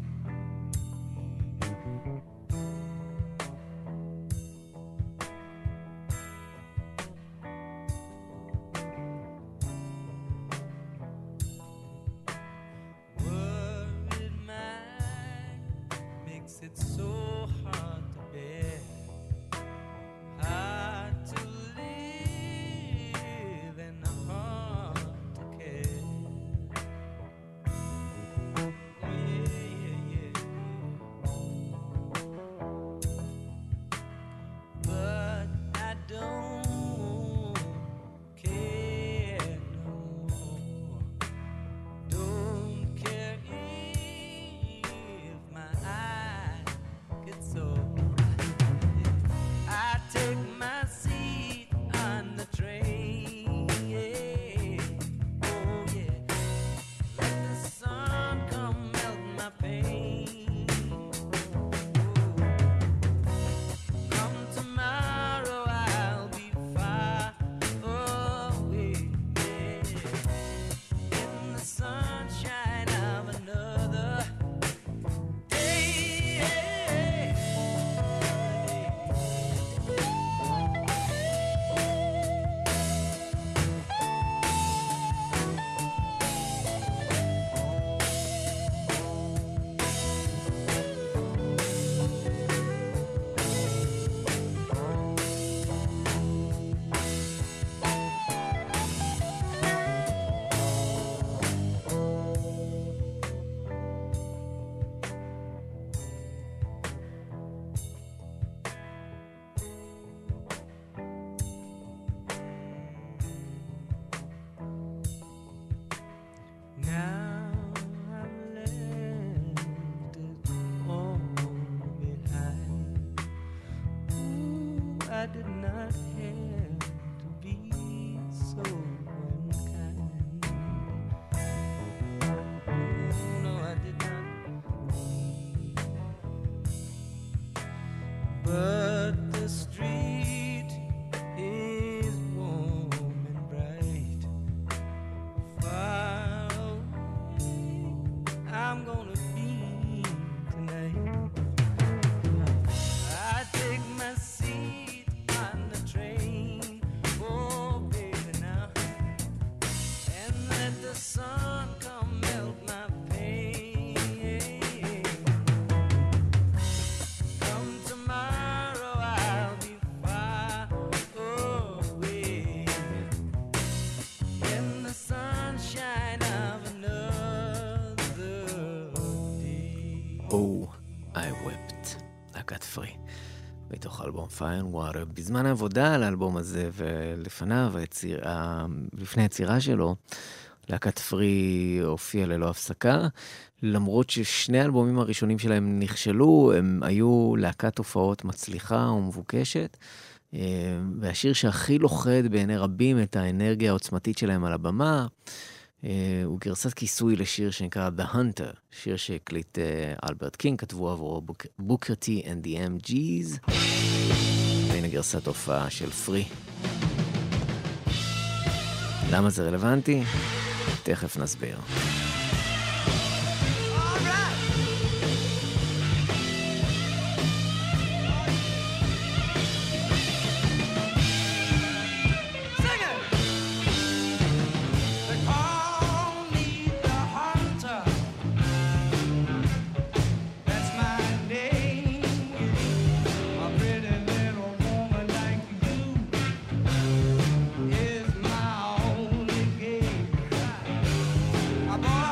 Worried mind makes it so hard to bear, hard to live and hard to care. Yeah, yeah, yeah. But I don't care no more. Don't care if my eye gets sore. I take my seat on the train, yeah. Oh yeah, let the sun come melt my pain. Come tomorrow, I'll be far away, yeah, in the sunshine of another day. Now I've left it all behind. Ooh, I did not have to be so unkind. Ooh, no, I did not. But the street is warm and bright. Far away, I'm gonna be tonight. I take my seat on the train, oh baby now, and let the sun come melt my pain. Come tomorrow, I'll be far away in the sunshine of another day.
Oh, I wept, להקת פרי, מתוך אלבום Fire and Water. בזמן העבודה על האלבום הזה ולפניו, היציר, ה- לפני היצירה שלו, להקת פרי הופיעה ללא הפסקה, למרות ששני האלבומים הראשונים שלהם נכשלו, הם היו להקת הופעות מצליחה ומבוקשת, אה, והשיר שהכי לוחד בעיני רבים את האנרגיה העוצמתית שלהם על הבמה, אה, הוא גרסת כיסוי לשיר שנקרא The Hunter, שיר שהקליט אה, אלברט קינג, כתבו עבורו בוקר טי and the אם ג'יז, והנה גרסת הופעה של פרי. למה זה רלוונטי? תכף נסביר.
Boy,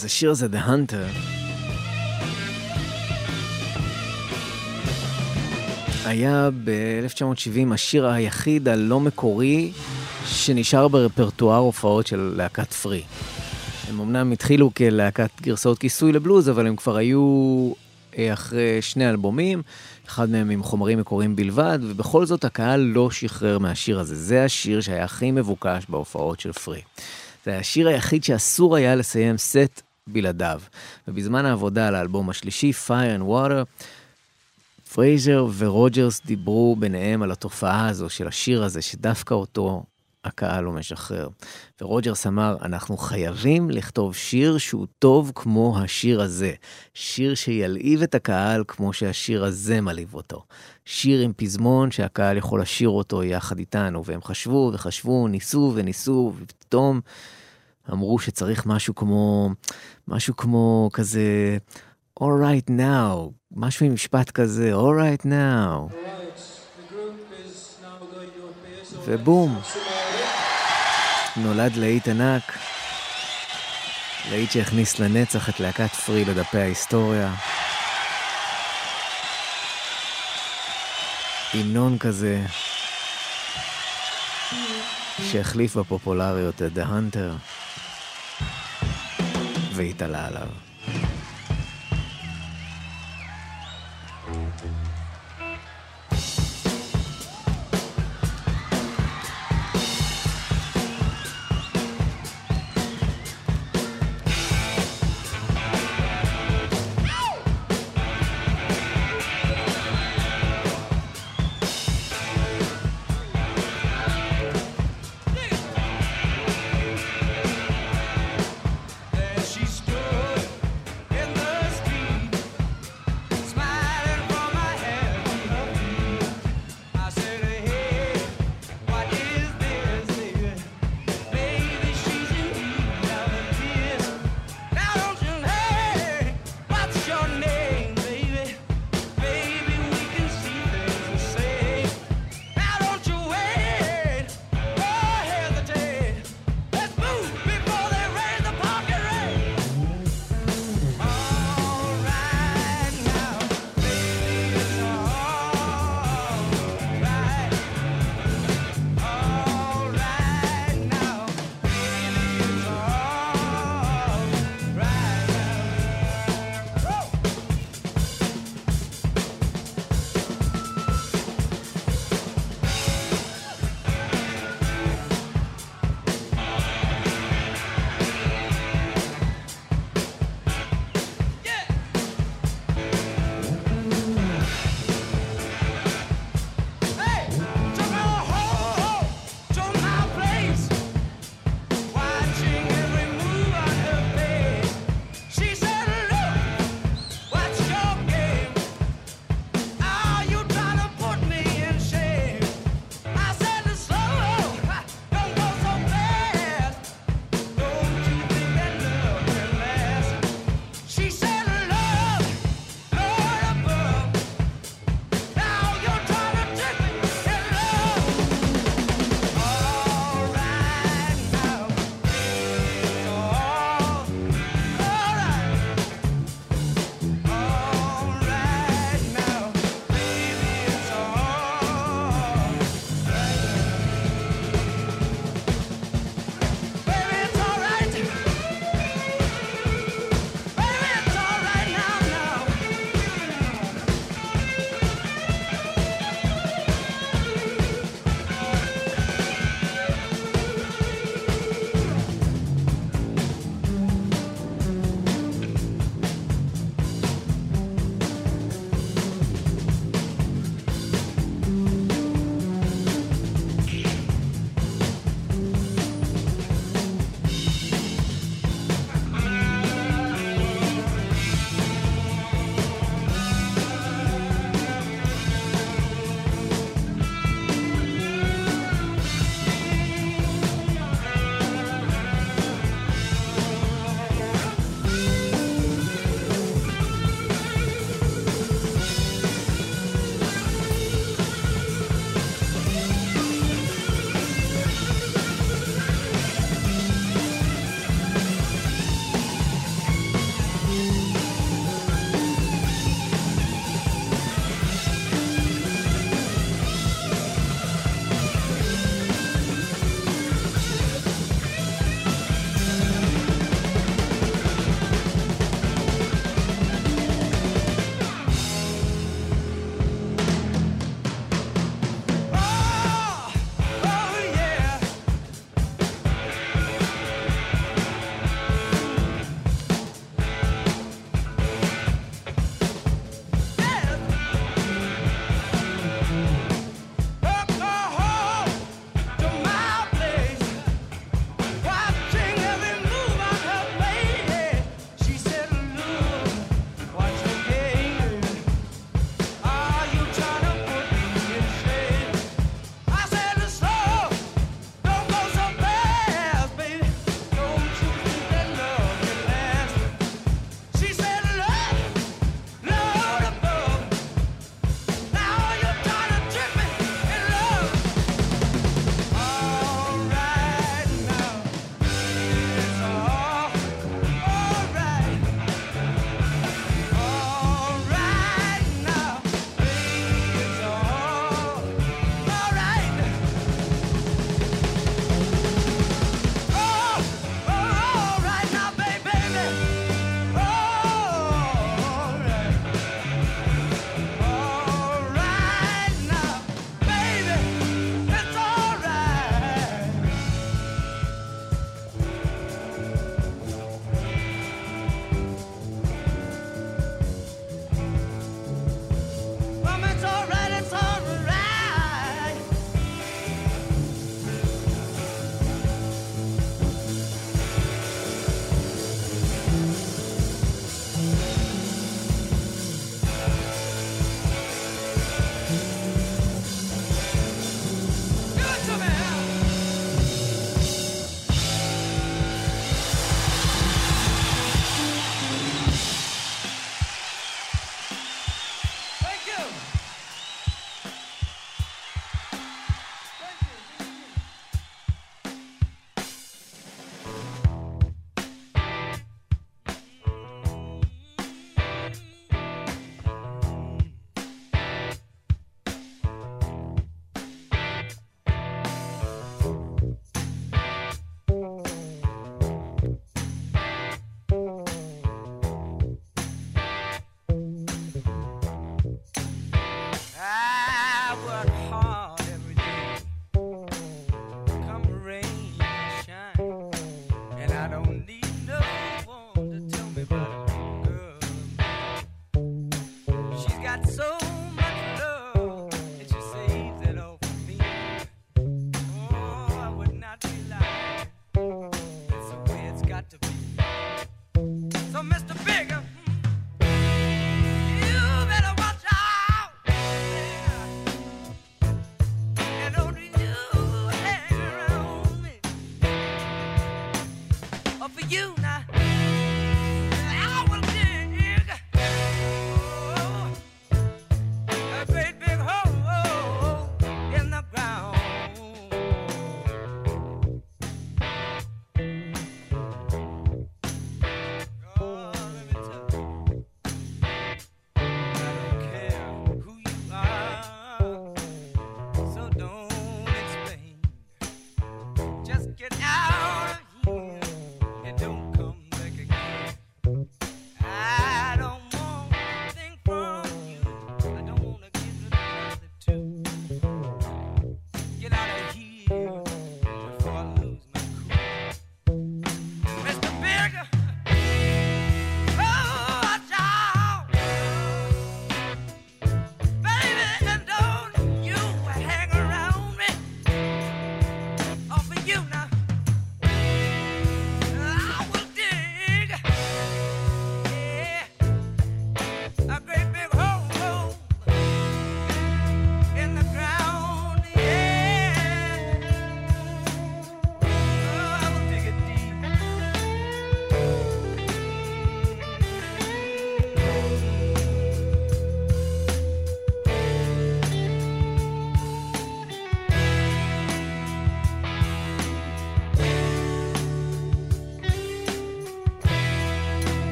אז השיר הזה, The Hunter, היה ב-אלף תשע מאות שבעים השיר היחיד הלא מקורי שנשאר ברפרטואר הופעות של להקת פרי. הם אמנם התחילו כלהקת גרסאות כיסוי לבלוז, אבל הם כבר היו אחרי שני אלבומים, אחד מהם עם חומרים מקוריים בלבד, ובכל זאת הקהל לא שחרר מהשיר הזה. זה השיר שהיה הכי מבוקש בהופעות של פרי. זה השיר היחיד שאסור היה לסיים סט בלעדיו. ובזמן העבודה על האלבום השלישי, Fire and Water, פרייזר ורוג'רס דיברו ביניהם על התופעה הזו של השיר הזה, שדווקא אותו הקהל לא משחרר. ורוג'רס אמר, אנחנו חייבים לכתוב שיר שהוא טוב כמו השיר הזה. שיר שילהיב את הקהל כמו שהשיר הזה מלהיב אותו. שיר עם פזמון שהקהל יכול לשיר אותו יחד איתנו. והם חשבו וחשבו, ניסו וניסו, ופתאום אמרו שצריך משהו כמו, משהו כמו כזה, all right now, משהו עם משפט כזה, all right now. ובום. נולד להיט ענק, להיט שהכניס לנצח את להקת פרי לדפי ההיסטוריה. המנון כזה, שהחליף בפופולריות את The Hunter, והתעלה עליו.
She stood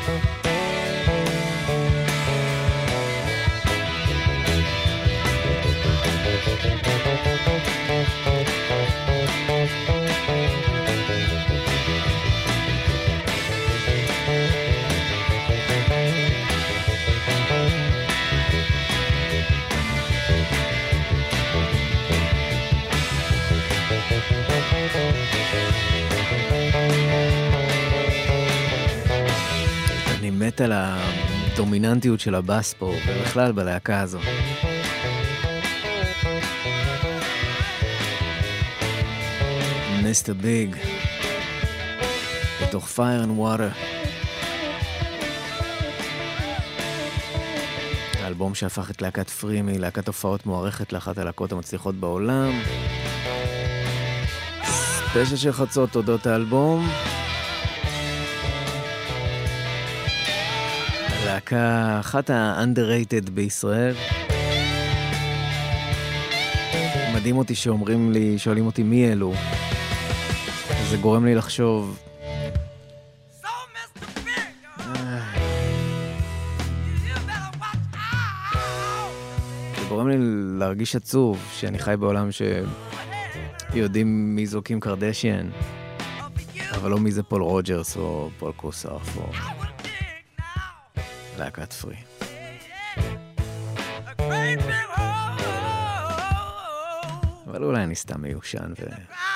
מת על הדומיננטיות של הבאס פה, ובכלל בלהקה הזו. מיסטר ביג, בתוך Fire and Water. האלבום שהפך את להקת פרי מלהקת הופעות מוערכת לאחת הלהקות המצליחות בעולם. ספיישל של חצות תודות האלבום. להקה אחת ה-underrated בישראל. מדהים אותי שאומרים לי, שואלים אותי מי אלו. זה גורם לי לחשוב. זה גורם לי להרגיש עצוב שאני חי בעולם שיודעים מי זו קים קרדשיאן, אבל לא מי זה פול רוג'רס או פול קוסאף או להקת פרי. אבל אולי אני סתם מיושן ו...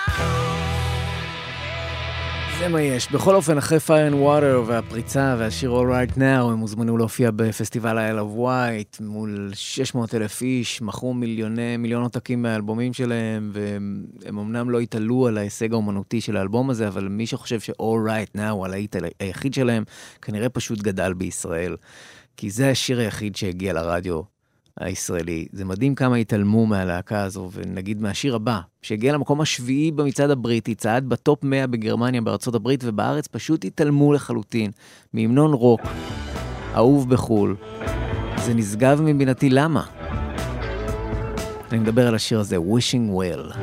זה מה יש. בכל אופן, אחרי Fire and Water והפריצה והשיר All Right Now, הם הוזמנו להופיע בפסטיבל ה-Isle of Wight מול שש מאות אלף איש, מכרו מיליוני, מיליון עותקים מהאלבומים שלהם, והם אמנם לא התעלו על ההישג האומנותי של האלבום הזה, אבל מי שחושב ש-All Right Now הוא הלהיט היחיד שלהם, כנראה פשוט גדל בישראל. כי זה השיר היחיד שהגיע לרדיו הישראלי. זה מדהים כמה התעלמו מהלהקה הזו, ונגיד מהשיר הבא, שהגיע למקום השביעי במצעד הבריטי, צעד בטופ מאה בגרמניה, בארצות הברית ובארץ, פשוט התעלמו לחלוטין, מהמנון רוק, אהוב בחול. זה נשגב מבינתי למה? אני מדבר על השיר הזה, Wishing Well.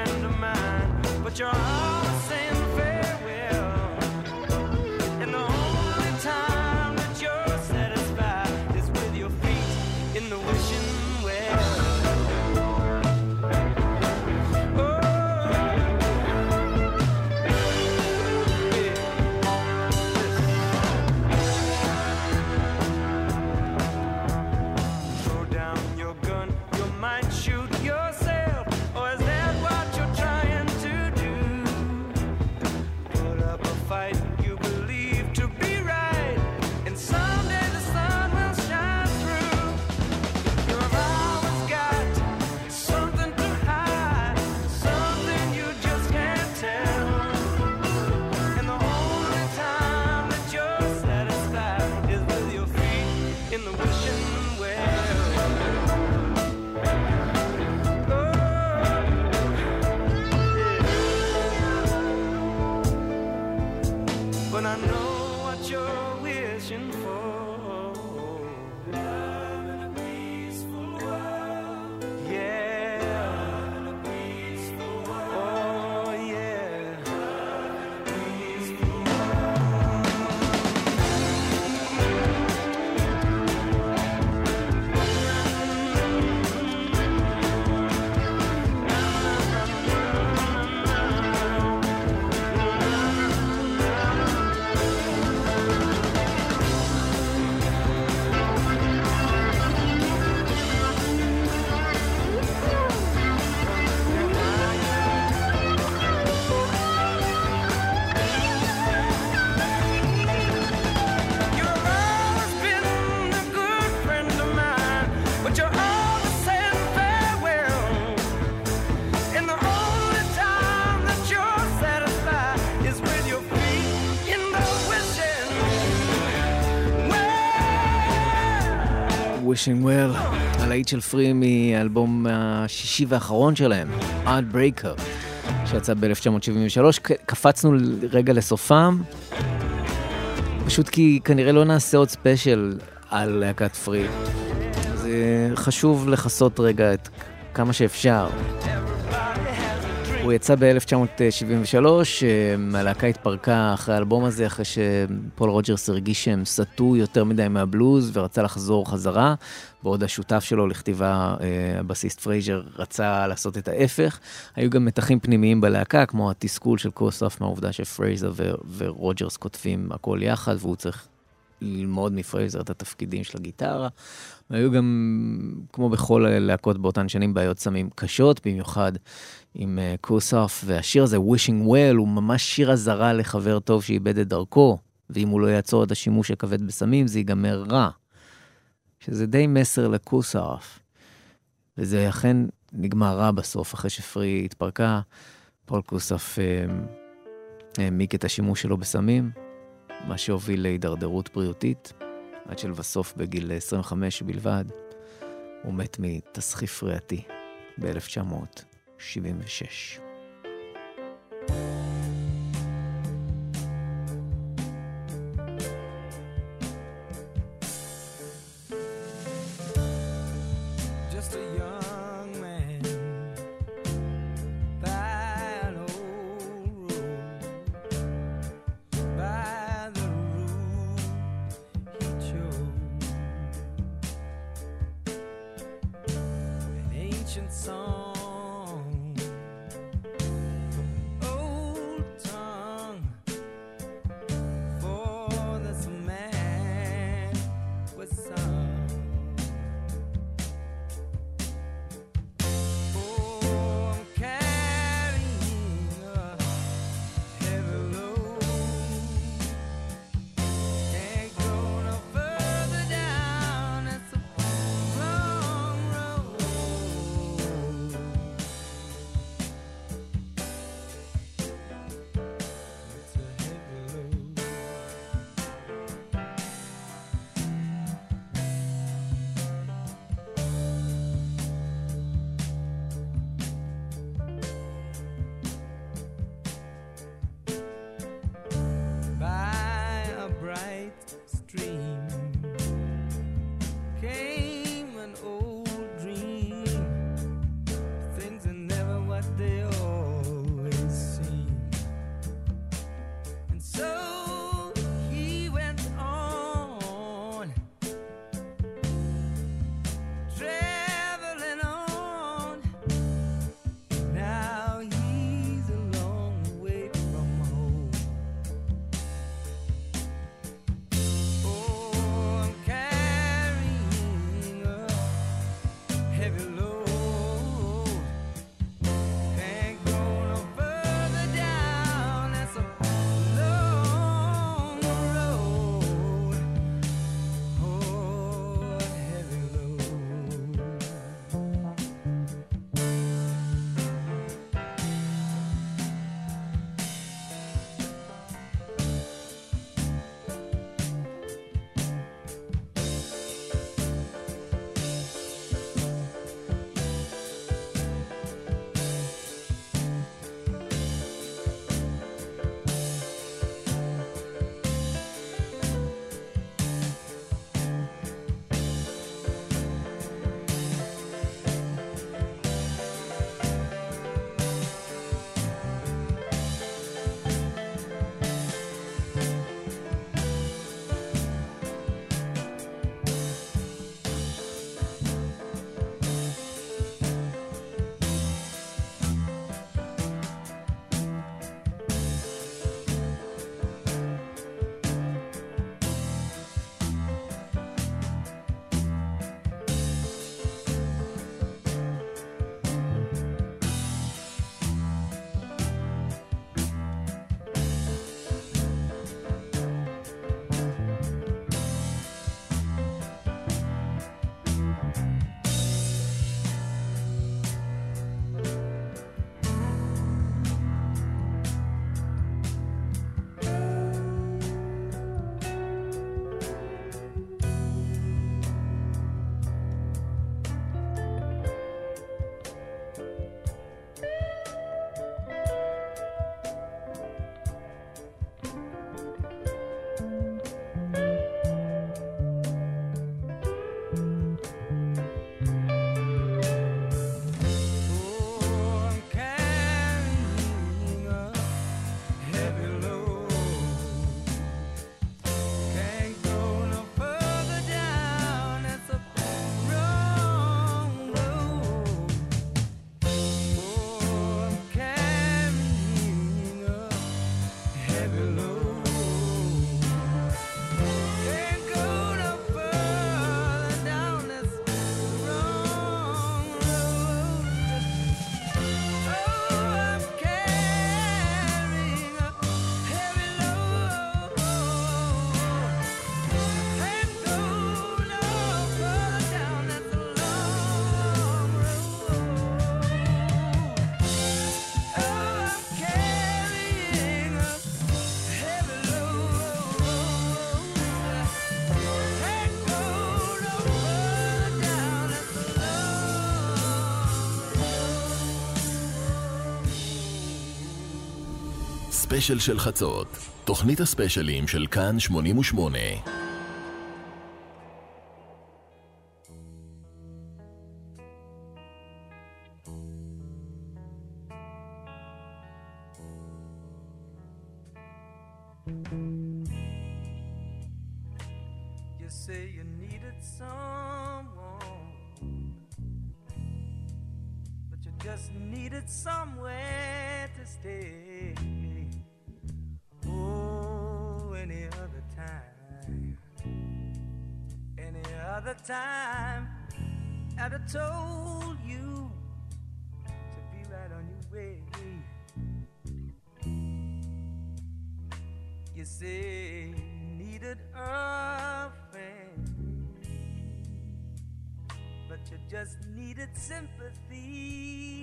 You're all saying farewell, and the only
Wishing Well, הלהיט של פרי מאלבום השישי והאחרון שלהם, Heartbreaker, שיצא ב-אלף תשע מאות שבעים ושלוש. קפצנו רגע לסופם, פשוט כי כנראה לא נעשה עוד ספיישל על להקת פרי. זה חשוב לחסות רגע את כמה שאפשר. הוא יצא ב-אלף תשע מאות שבעים ושלוש, הלהקה התפרקה אחרי האלבום הזה, אחרי שפול רוג'רס הרגיש שהם סטו יותר מדי מהבלוז ורצה לחזור חזרה, בעוד השותף שלו לכתיבה, הבסיסט פרייזר, רצה לעשות את ההפך. היו גם מתחים פנימיים בלהקה, כמו התסכול של קוסף מהעובדה שפרייזר ו- ורוג'רס כותבים הכל יחד, והוא צריך ללמוד מפרייזר את התפקידים של הגיטרה. והיו גם, כמו בכל להקות באותן שנים, בעיות סמים קשות, במיוחד עם uh, קוסף, והשיר הזה, Wishing Well, הוא ממש שיר הזרה לחבר טוב שאיבד את דרכו, ואם הוא לא יעצור את השימוש הכבד בסמים, זה ייגמר רע. שזה די מסר לקוסף. וזה אכן נגמר רע בסוף, אחרי שפרי התפרקה, פול קוסף uh, העמיק את השימוש שלו בסמים, מה שהוביל להידרדרות בריאותית, עד שלבסוף בגיל עשרים וחמש בלבד, הוא מת מתסחיף ריאתי ב-אלף תשע מאות שבעים ושש.
Just a young man, that old road, by the route he chose, an ancient song, old tongue, for this man was sung. Road.
הספיישל של חצות, תוכנית הספיישלים של כאן שמונים ושמונה.
You say you needed someone, but you just needed somewhere to stay. Oh, any other time, any other time, I'd have told you to be right on your way. You say you needed a friend, but you just needed sympathy.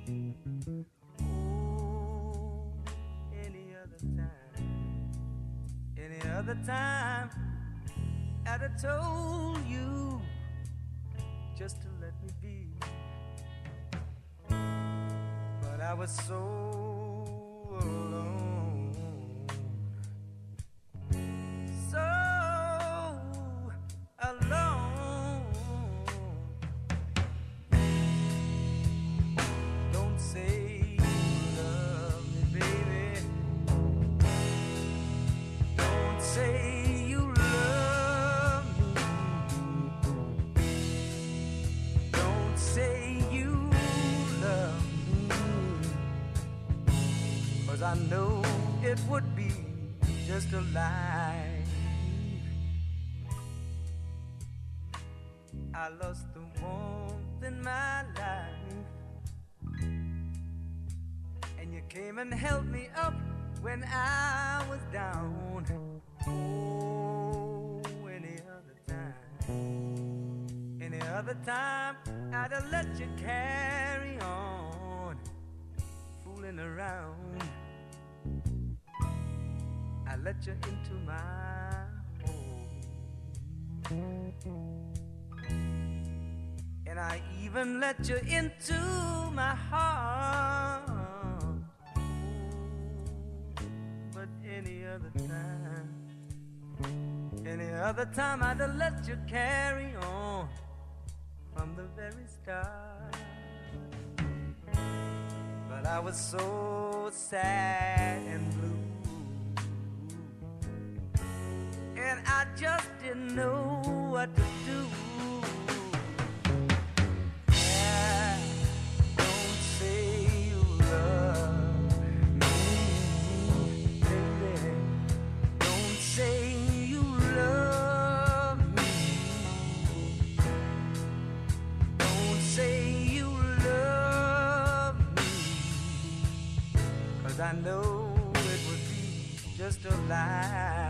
Oh, any other time, any other time, I'd have told you just to let me be. But I was so alone, so alone. Don't say you love me, baby. Don't say you love me. Don't say you love me. 'Cause I know it would be just a lie. I lost the warmth in my life, and you came and held me up when I was down. Oh, any other time, any other time, I'd have let you carry on, fooling around. I let you into my home, and I even let you into my heart. But any other time, any other time, I'd have let you carry on from the very start. But I was so sad and blue, and I just didn't know what to do. Yeah, don't say you love me, baby. Don't say you love me. Don't say you love me. 'Cause I know it would be just a lie.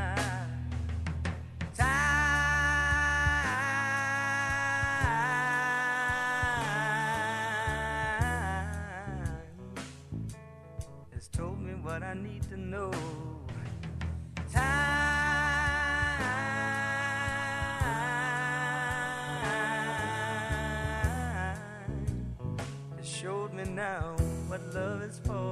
What I need to know. Time has showed me now what love is for.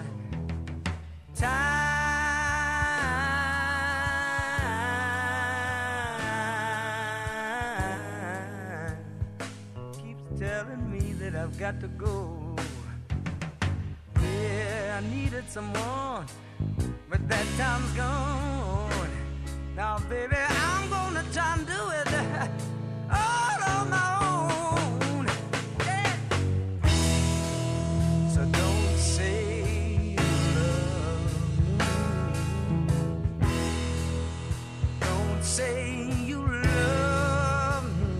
Time keeps telling me that I've got to go. I needed someone, but that time's gone. Now, baby, I'm gonna try and do it all on my own. Yeah. So don't say you love me. Don't say you love me.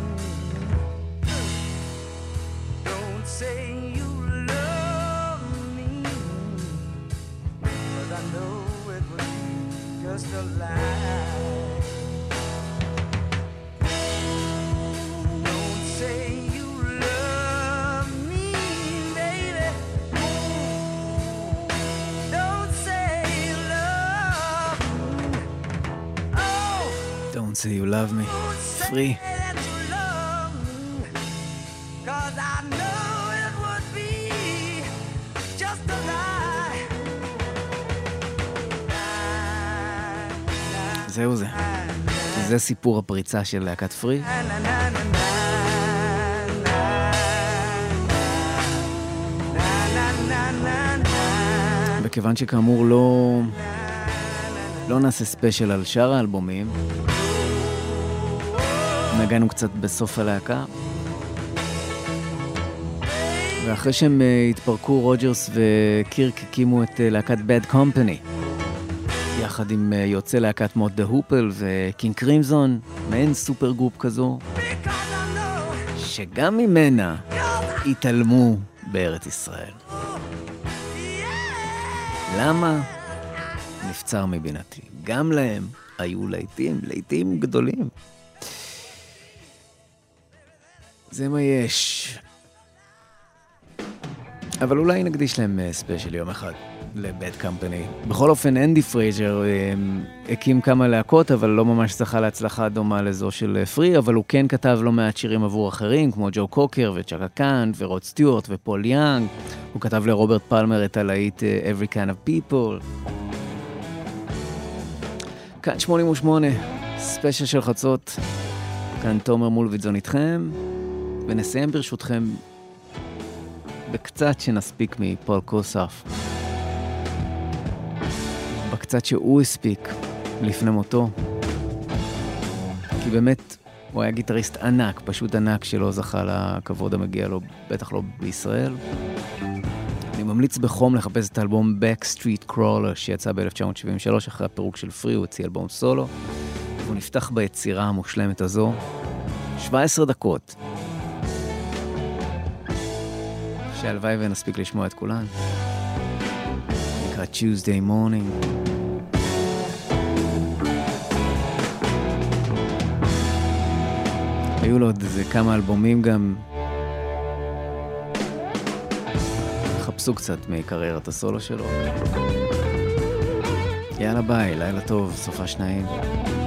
Don't say you just a lie. Don't say you love me, baby. Don't say you love me. Oh,
Don't say you love me. Free.
that you love me. 'Cause I know it would be just a lie.
זהו זה. זה סיפור הפריצה של להקת פרי. וכיוון שכאמור לא, לא נעשה ספיישל על שאר האלבומים, נגענו קצת בסוף הלהקה. ואחרי שהם התפרקו, רוג'רס וקירק הקימו את להקת Bad Company, יחד עם יוצא להקת מוד דה הופל וקינג קרימזון, מעין סופר גרופ כזו, שגם ממנה התעלמו בארץ ישראל. למה? נפצר מבינתי. גם להם היו לעיתים, לעיתים גדולים. זה מה יש. אבל אולי נקדיש להם ספיישל יום אחד, לבד קמפני. בכל אופן, אנדי פרייזר הקים כמה להקות, אבל לא ממש זכה להצלחה דומה לזו של פרי, אבל הוא כן כתב לא מעט שירים עבור אחרים, כמו ג'ו קוקר וצ'קה קאן ורוד סטיוארט ופול יאנג. הוא כתב לרוברט פלמר את הלהיט Every Kind of People. כאן שמונים ושמונה, ספיישל של חצות. כאן תומר מולביטזון איתכם, ונסיים ברשותכם בקצת שנספיק מפול קוסף. בקצת שהוא הספיק לפני מותו. כי באמת הוא היה גיטריסט ענק, פשוט ענק, שלא זכה לכבוד המגיע לו, בטח לא בישראל. אני ממליץ בחום לחפש את האלבום Backstreet Crawler שיצא ב-אלף תשע מאות שבעים ושלוש אחרי הפירוק של פרי, הוא הוציא אלבום סולו. הוא נפתח ביצירה המושלמת הזו. שבע עשרה דקות. שהלוואי ונספיק לשמוע את כולן. נקרא Tuesday Morning. היו לו עוד איזה כמה אלבומים גם. חפשו קצת מקריירת הסולו שלו. יאללה ביי, לילה טוב, סופה שניים.